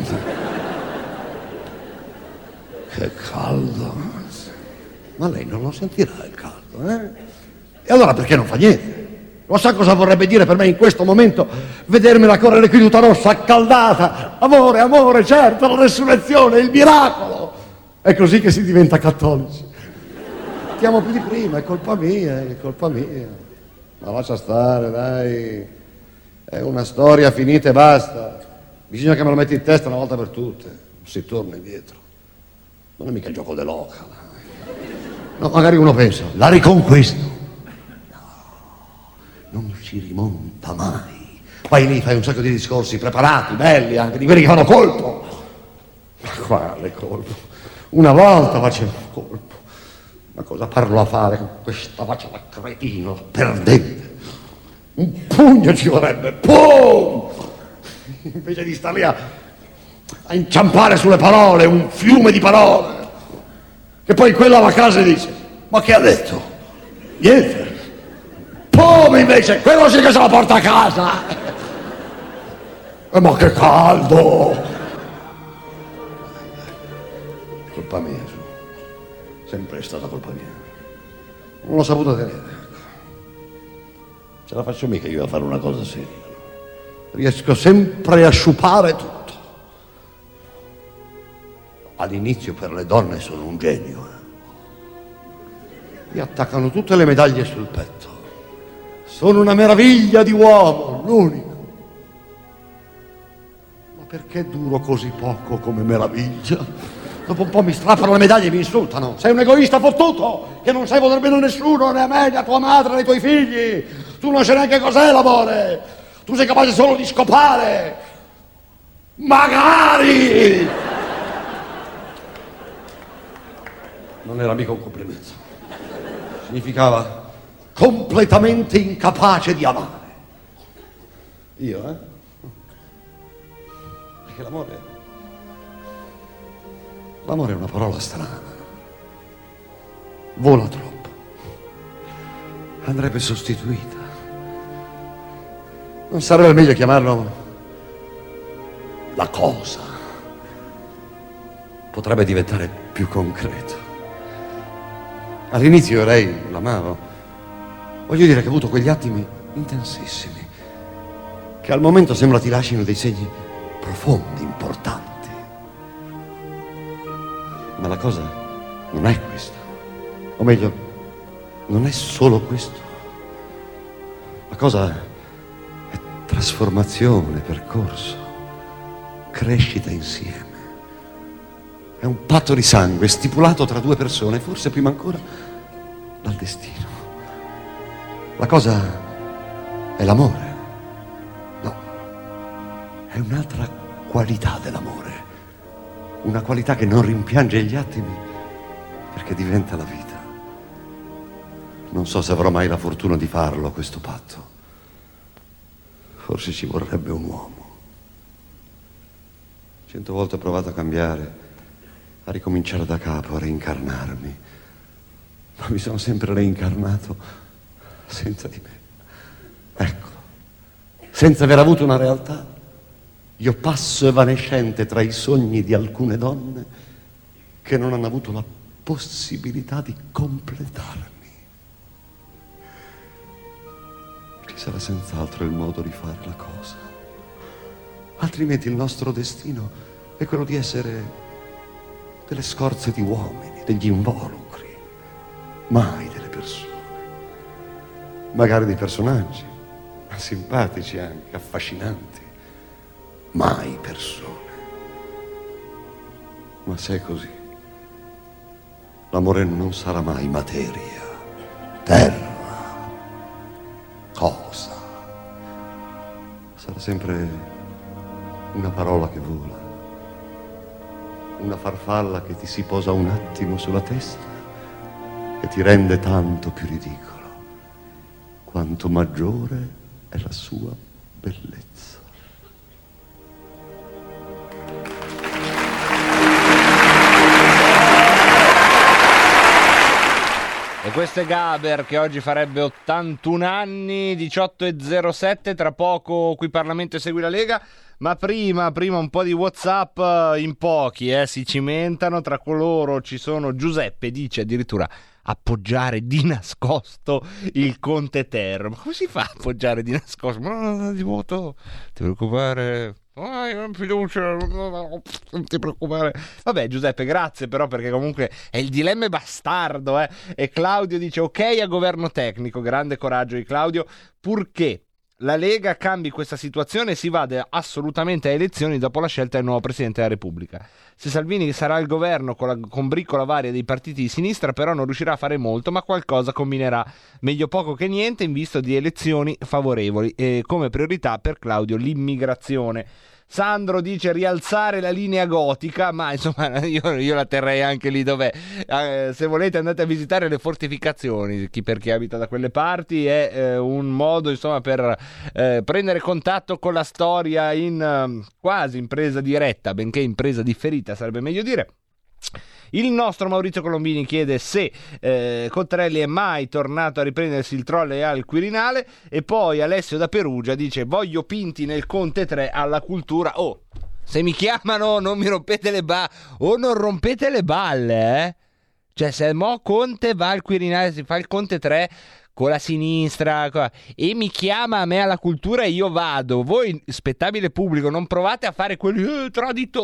Che caldo. Ma lei non lo sentirà il caldo, eh? E allora perché non fa niente? Lo sa cosa vorrebbe dire per me in questo momento? Vedermela correre qui tutta rossa, accaldata. Amore, amore, certo, la resurrezione, il miracolo. È così che si diventa cattolici. Ti amo più di prima, è colpa mia, è colpa mia. Ma lascia stare, dai. È una storia finita e basta. Bisogna che me lo metti in testa una volta per tutte. Non si torna indietro. Non è mica il gioco dell'oca. No, magari uno pensa, la riconquisto. No, non ci rimonta mai. Vai lì, fai un sacco di discorsi preparati, belli, anche di quelli che fanno colpo. Ma quale colpo? Una volta facevo colpo. Ma cosa parlo a fare con questa faccia da cretino, perdente? Un pugno ci vorrebbe, pum! Invece di star lì a, a inciampare sulle parole, un fiume di parole. Che poi quella va a casa e dice, ma che ha detto? Niente. Pum invece, quello sì che se la porta a casa. E ma che caldo! Colpa mia, su. Sempre è stata colpa mia. Non l'ho saputo tenere. Ce la faccio mica io a fare una cosa seria. Riesco sempre a sciupare tutto. All'inizio per le donne sono un genio. Eh. Mi attaccano tutte le medaglie sul petto. Sono una meraviglia di uomo, l'unico. Ma perché duro così poco come meraviglia? Dopo un po' mi strappano le medaglie e mi insultano. Sei un egoista fottuto, che non sai voler bene a nessuno, né a me, né a tua madre, né ai tuoi figli. Tu non sai neanche cos'è l'amore. Tu sei capace solo di scopare. Magari! Non era mica un complimento. Significava completamente incapace di amare. Io, eh? Perché l'amore... L'amore è una parola strana. Vola troppo. Andrebbe sostituita. Non sarebbe meglio chiamarlo la cosa? Potrebbe diventare più concreto. All'inizio io lei l'amavo. Voglio dire che ho avuto quegli attimi intensissimi che al momento sembra ti lasciano dei segni profondi, importanti. Ma la cosa non è questa. O meglio, non è solo questo. La cosa è trasformazione, percorso, crescita insieme. È un patto di sangue stipulato tra due persone, forse prima ancora dal destino. La cosa è l'amore. No, è un'altra qualità dell'amore, una qualità che non rimpiange gli attimi perché diventa la vita. Non so se avrò mai la fortuna di farlo questo patto. Forse ci vorrebbe un uomo. Cento volte ho provato a cambiare, a ricominciare da capo, a reincarnarmi, ma mi sono sempre reincarnato senza di me. Ecco, senza aver avuto una realtà, io passo evanescente tra i sogni di alcune donne che non hanno avuto la possibilità di completarmi. Ci sarà senz'altro il modo di fare la cosa, altrimenti il nostro destino è quello di essere delle scorze di uomini, degli involucri, mai delle persone. Magari dei personaggi, ma simpatici anche, affascinanti, mai persone. Ma se è così, l'amore non sarà mai materia, terra, cosa. Sarà sempre una parola che vola, una farfalla che ti si posa un attimo sulla testa e ti rende tanto più ridicolo quanto maggiore è la sua bellezza. E questo è Gaber, che oggi farebbe ottantuno anni, diciotto e zero sette, tra poco qui Parlamento e Segui la Lega. Ma prima, prima un po' di WhatsApp, in pochi eh, si cimentano. Tra coloro ci sono Giuseppe, dice addirittura appoggiare di nascosto il Conte Ter. Ma come si fa a appoggiare di nascosto? Ma no, no, di voto, non ti preoccupare, non fiducia, non ti preoccupare. Vabbè Giuseppe, grazie però, perché comunque è il dilemma bastardo eh. E Claudio dice ok a governo tecnico, grande coraggio di Claudio, purché la Lega cambi questa situazione e si vada assolutamente a elezioni dopo la scelta del nuovo Presidente della Repubblica. Se Salvini sarà al governo con la combriccola varia dei partiti di sinistra, però non riuscirà a fare molto, ma qualcosa combinerà. Meglio poco che niente in vista di elezioni favorevoli. E come priorità per Claudio l'immigrazione. Sandro dice rialzare la linea gotica, ma insomma io, io la terrei anche lì dov'è. Eh, se volete andate a visitare le fortificazioni, chi per chi abita da quelle parti, è eh, un modo insomma per eh, prendere contatto con la storia in eh, quasi in presa diretta, benché in presa differita sarebbe meglio dire. Il nostro Maurizio Colombini chiede se eh, Cottarelli è mai tornato a riprendersi il trolley al Quirinale. E poi Alessio da Perugia dice voglio Pinti nel Conte tre alla cultura. Oh, se mi chiamano non mi rompete le balle, o non rompete le balle eh? Cioè se mo Conte va al Quirinale, si fa il Conte tre con la sinistra e mi chiama a me alla cultura e io vado, voi spettabile pubblico non provate a fare quelli eh, tradito,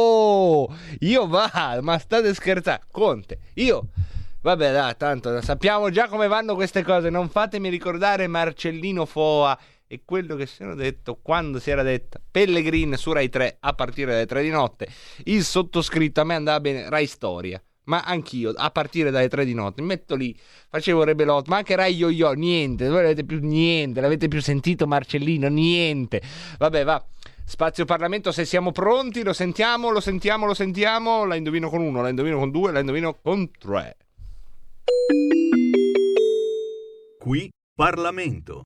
oh io vado, ma state scherzando, Conte, io vabbè dai, tanto sappiamo già come vanno queste cose, non fatemi ricordare Marcellino Foa e quello che si era detto quando si era detta Pellegrin su Rai tre a partire dalle tre di notte. Il sottoscritto, a me andava bene Rai Storia, ma anch'io a partire dalle tre di notte mi metto lì, facevo Rebelot, ma anche Rai Yo-Yo, niente, voi l'avete più niente, l'avete più sentito Marcellino, niente. Vabbè, va. Spazio Parlamento, se siamo pronti, lo sentiamo, lo sentiamo, lo sentiamo, la indovino con uno, la indovino con due, la indovino con tre. Qui Parlamento.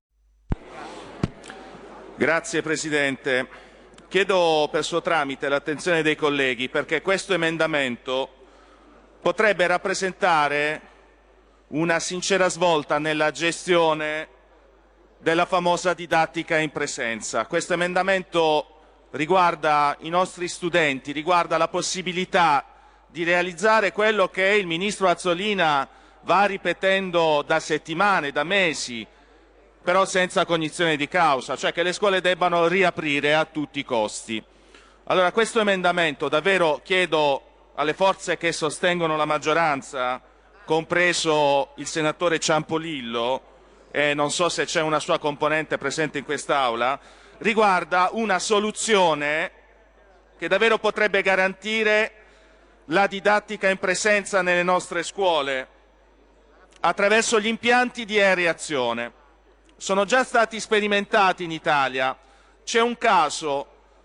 Grazie Presidente. Chiedo per suo tramite l'attenzione dei colleghi perché questo emendamento potrebbe rappresentare una sincera svolta nella gestione della famosa didattica in presenza. Questo emendamento riguarda i nostri studenti, riguarda la possibilità di realizzare quello che il Ministro Azzolina va ripetendo da settimane, da mesi, però senza cognizione di causa, cioè che le scuole debbano riaprire a tutti i costi. Allora questo emendamento davvero chiedo alle forze che sostengono la maggioranza, compreso il senatore Ciampolillo, e non so se c'è una sua componente presente in quest'Aula, riguarda una soluzione che davvero potrebbe garantire la didattica in presenza nelle nostre scuole attraverso gli impianti di aereazione. Sono già stati sperimentati in Italia. C'è un caso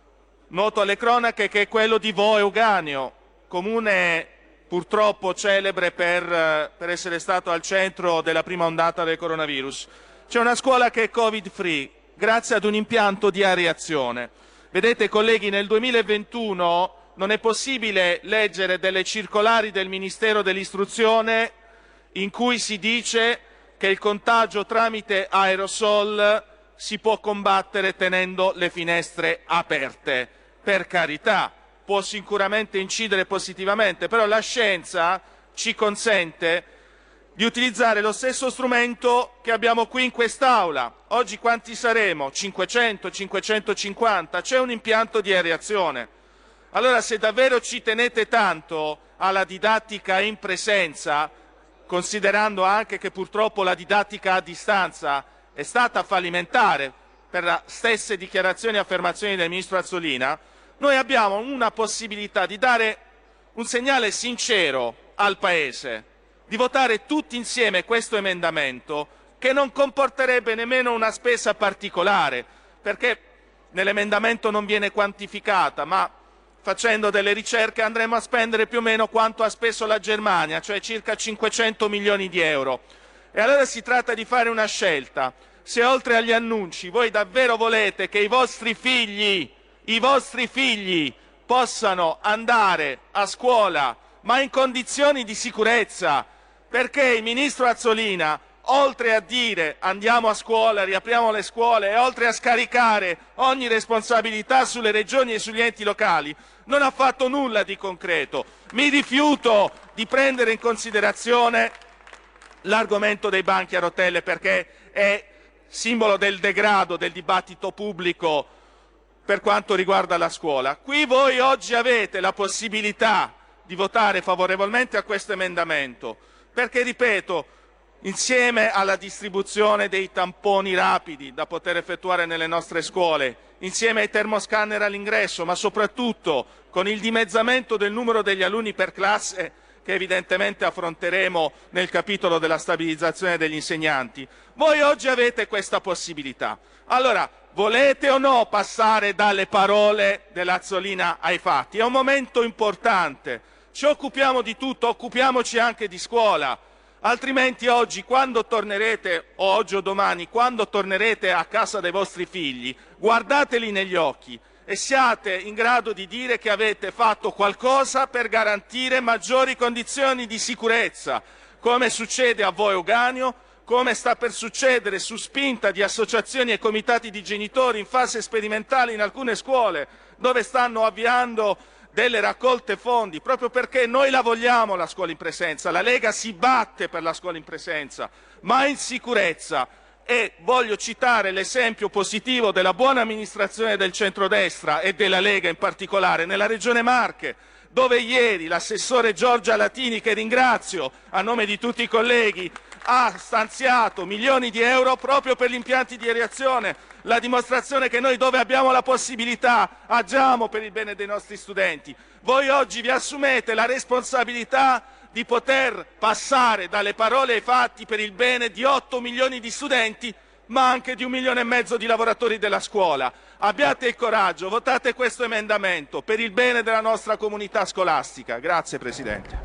noto alle cronache, che è quello di Vo Euganeo, comune purtroppo celebre per, per essere stato al centro della prima ondata del coronavirus. C'è una scuola che è covid free grazie ad un impianto di areazione. Vedete colleghi, nel duemilaventuno non è possibile leggere delle circolari del Ministero dell'Istruzione in cui si dice che il contagio tramite aerosol si può combattere tenendo le finestre aperte. Per carità, può sicuramente incidere positivamente, però la scienza ci consente di utilizzare lo stesso strumento che abbiamo qui in quest'Aula. Oggi quanti saremo? cinquecento, cinquecentocinquanta? C'è un impianto di areazione. Allora, se davvero ci tenete tanto alla didattica in presenza, considerando anche che purtroppo la didattica a distanza è stata fallimentare per le stesse dichiarazioni e affermazioni del Ministro Azzolina, noi abbiamo una possibilità di dare un segnale sincero al Paese, di votare tutti insieme questo emendamento che non comporterebbe nemmeno una spesa particolare, perché nell'emendamento non viene quantificata, ma facendo delle ricerche andremo a spendere più o meno quanto ha speso la Germania, cioè circa cinquecento milioni di euro. E allora si tratta di fare una scelta. Se oltre agli annunci voi davvero volete che i vostri figli i vostri figli possano andare a scuola, ma in condizioni di sicurezza, perché il Ministro Azzolina, oltre a dire andiamo a scuola, riapriamo le scuole, e oltre a scaricare ogni responsabilità sulle regioni e sugli enti locali, non ha fatto nulla di concreto. Mi rifiuto di prendere in considerazione l'argomento dei banchi a rotelle, perché è simbolo del degrado del dibattito pubblico per quanto riguarda la scuola. Qui voi oggi avete la possibilità di votare favorevolmente a questo emendamento, perché, ripeto, insieme alla distribuzione dei tamponi rapidi da poter effettuare nelle nostre scuole, insieme ai termoscanner all'ingresso, ma soprattutto con il dimezzamento del numero degli alunni per classe, che evidentemente affronteremo nel capitolo della stabilizzazione degli insegnanti, voi oggi avete questa possibilità. Allora, volete o no passare dalle parole dell'Azzolina ai fatti? È un momento importante, ci occupiamo di tutto, occupiamoci anche di scuola, altrimenti oggi, quando tornerete, o oggi o domani, quando tornerete a casa dei vostri figli, guardateli negli occhi e siate in grado di dire che avete fatto qualcosa per garantire maggiori condizioni di sicurezza, come succede a Vo Euganeo, come sta per succedere su spinta di associazioni e comitati di genitori in fase sperimentale in alcune scuole, dove stanno avviando delle raccolte fondi, proprio perché noi la vogliamo la scuola in presenza, la Lega si batte per la scuola in presenza, ma in sicurezza. E voglio citare l'esempio positivo della buona amministrazione del centrodestra e della Lega in particolare nella Regione Marche, dove ieri l'assessore Giorgia Latini, che ringrazio a nome di tutti i colleghi, ha stanziato milioni di euro proprio per gli impianti di areazione, la dimostrazione che noi, dove abbiamo la possibilità, agiamo per il bene dei nostri studenti. Voi oggi vi assumete la responsabilità di poter passare dalle parole ai fatti per il bene di otto milioni di studenti, ma anche di un milione e mezzo di lavoratori della scuola. Abbiate il coraggio, votate questo emendamento per il bene della nostra comunità scolastica. Grazie Presidente.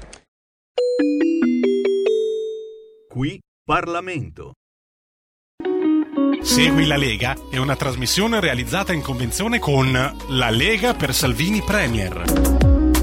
Qui Parlamento. Segui la Lega è una trasmissione realizzata in convenzione con La Lega per Salvini Premier.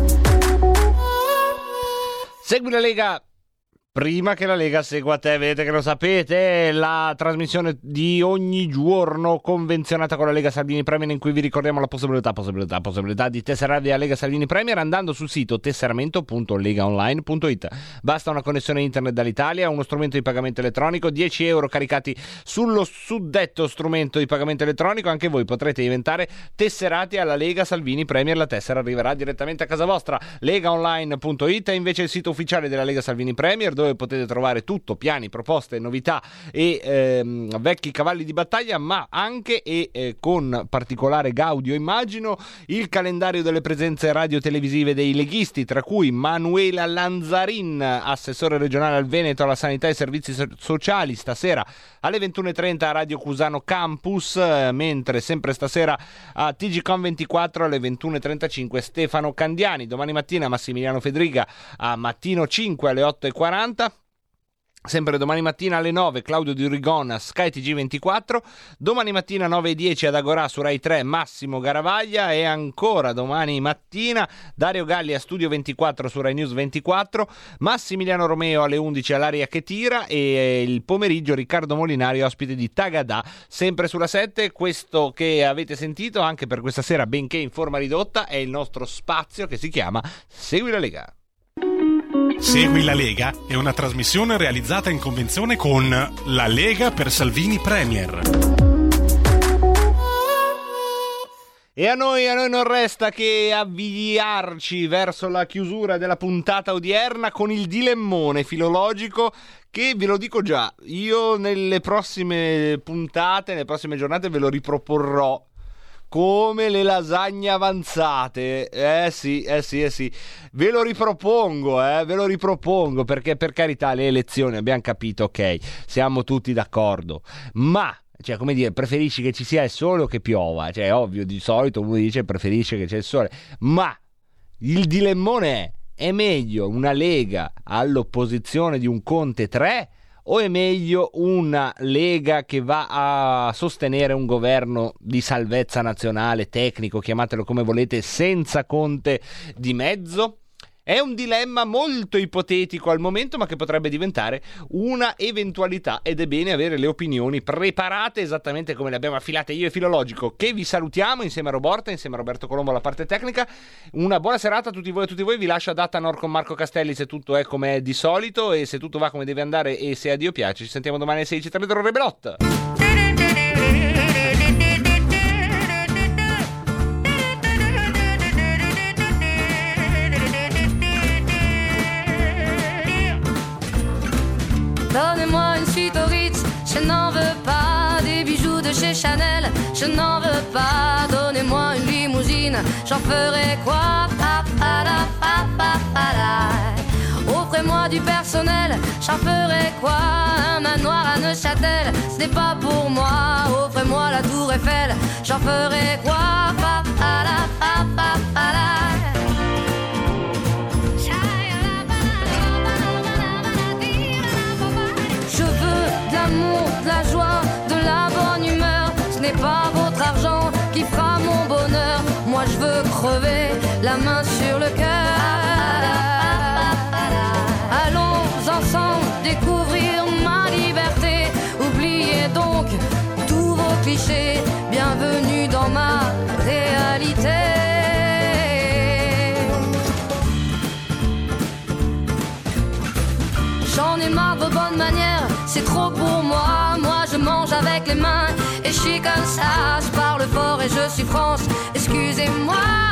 Segui la Lega prima che la Lega segua te, vedete che lo sapete, la trasmissione di ogni giorno convenzionata con la Lega Salvini Premier, in cui vi ricordiamo la possibilità, possibilità, possibilità di tesserarvi a Lega Salvini Premier andando sul sito tesseramento punto legaonline punto it. Basta una connessione internet dall'Italia, uno strumento di pagamento elettronico, dieci euro caricati sullo suddetto strumento di pagamento elettronico, anche voi potrete diventare tesserati alla Lega Salvini Premier, la tessera arriverà direttamente a casa vostra. legaonline punto it è invece il sito ufficiale della Lega Salvini Premier, dove dove potete trovare tutto, piani, proposte, novità e ehm, vecchi cavalli di battaglia, ma anche e eh, con particolare gaudio immagino il calendario delle presenze radio-televisive dei leghisti, tra cui Manuela Lanzarin, assessore regionale al Veneto alla sanità e servizi so- sociali, stasera alle ventuno e trenta a Radio Cusano Campus, eh, mentre sempre stasera a T G Com ventiquattro alle ventuno e trentacinque Stefano Candiani. Domani mattina Massimiliano Fedriga a Mattino cinque alle otto e quaranta. Sempre domani mattina alle nove Claudio Di Rigona Sky T G ventiquattro, domani mattina nove e dieci ad Agorà su Rai tre Massimo Garavaglia, e ancora domani mattina Dario Galli a Studio ventiquattro su Rai News ventiquattro, Massimiliano Romeo alle undici all'Aria che tira, e il pomeriggio Riccardo Molinari ospite di Tagadà sempre sulla sette. Questo che avete sentito anche per questa sera, benché in forma ridotta, è il nostro spazio che si chiama Segui la Lega. Segui la Lega è una trasmissione realizzata in convenzione con La Lega per Salvini Premier. E a noi, a noi non resta che avviarci verso la chiusura della puntata odierna con il dilemmone filologico che, ve lo dico già, io nelle prossime puntate, nelle prossime giornate ve lo riproporrò come le lasagne avanzate. Eh sì, eh sì, eh sì. Ve lo ripropongo, eh, ve lo ripropongo, perché per carità le elezioni abbiamo capito, ok, siamo tutti d'accordo, ma cioè, come dire, preferisci che ci sia il sole o che piova? Cioè, è ovvio, di solito uno dice preferisce che c'è il sole, ma il dilemmone è: è meglio una Lega all'opposizione di un Conte tre o è meglio una Lega che va a sostenere un governo di salvezza nazionale, tecnico, chiamatelo come volete, senza Conte di mezzo? È un dilemma molto ipotetico al momento, ma che potrebbe diventare una eventualità, ed è bene avere le opinioni preparate esattamente come le abbiamo affilate io e Filologico, che vi salutiamo insieme a Roborta, insieme a Roberto Colombo alla parte tecnica. Una buona serata a tutti voi e a tutti voi. Vi lascio a Datanor con Marco Castelli se tutto è come è di solito, e se tutto va come deve andare e se a Dio piace ci sentiamo domani alle sedici e trenta da Rebelot. Donnez-moi une suite au Ritz, je n'en veux pas. Des bijoux de chez Chanel, je n'en veux pas. Donnez-moi une limousine, j'en ferai quoi? Pa, pa, la, pa, pa, pa, la. Offrez-moi du personnel, j'en ferai quoi? Un manoir à Neuchâtel, ce n'est pas pour moi. Offrez-moi la tour Eiffel, j'en ferai quoi? Pa, pa, la, pa, pa, pa, la. De la joie, de la bonne humeur, ce n'est pas votre argent qui fera mon bonheur. Moi je veux crever la main sur le cœur. Allons ensemble découvrir ma liberté. Oubliez donc tous vos clichés. Bienvenue dans ma réalité. J'en ai marre de vos bonnes manières, c'est trop pour moi. Moi je mange avec les mains et je suis comme ça. Je parle fort et je suis France, excusez-moi.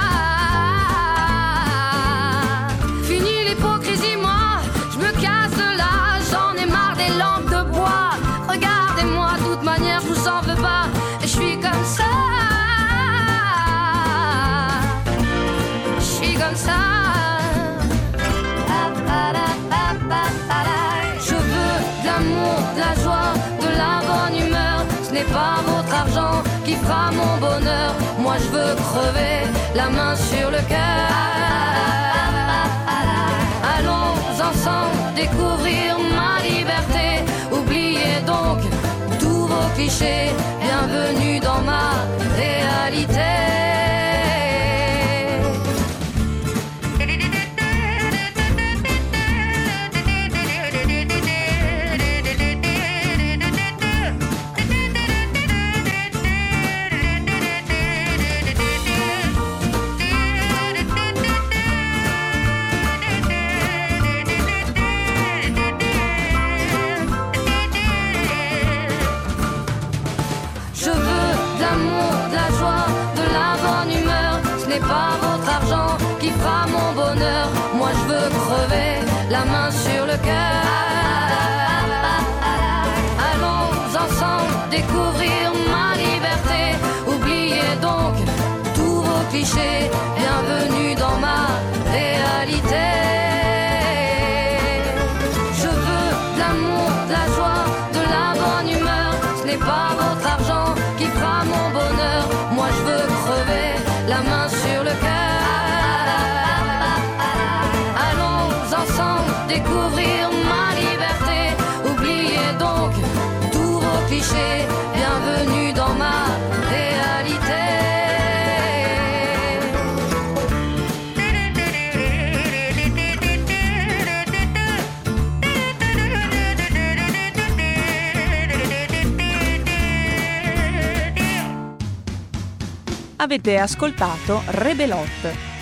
Fini l'hypocrisie, moi je me casse de là. J'en ai marre des lampes de bois. Regardez-moi, de toute manière je vous en veux pas. Et je suis comme ça. Je suis comme ça. De la joie, de la bonne humeur, ce n'est pas votre argent qui fera mon bonheur. Moi je veux crever la main sur le cœur. Allons ensemble découvrir ma liberté. Oubliez donc tous vos clichés. Bienvenue dans ma réalité. Pas votre argent qui fera mon bonheur. Moi je veux crever la main sur le cœur. découvrir ma liberté. Oubliez donc tous vos clichés, bienvenue dans ma réalité. Je veux de l'amour, de la joie, de la bonne humeur. Ce n'est pas votre argent qui fera mon bonheur. Moi je veux crever la main sur le cœur. Allons ensemble découvrir ma liberté. Oubliez donc tous vos clichés, bienvenue dans ma réalité. Avete ascoltato Rebelot,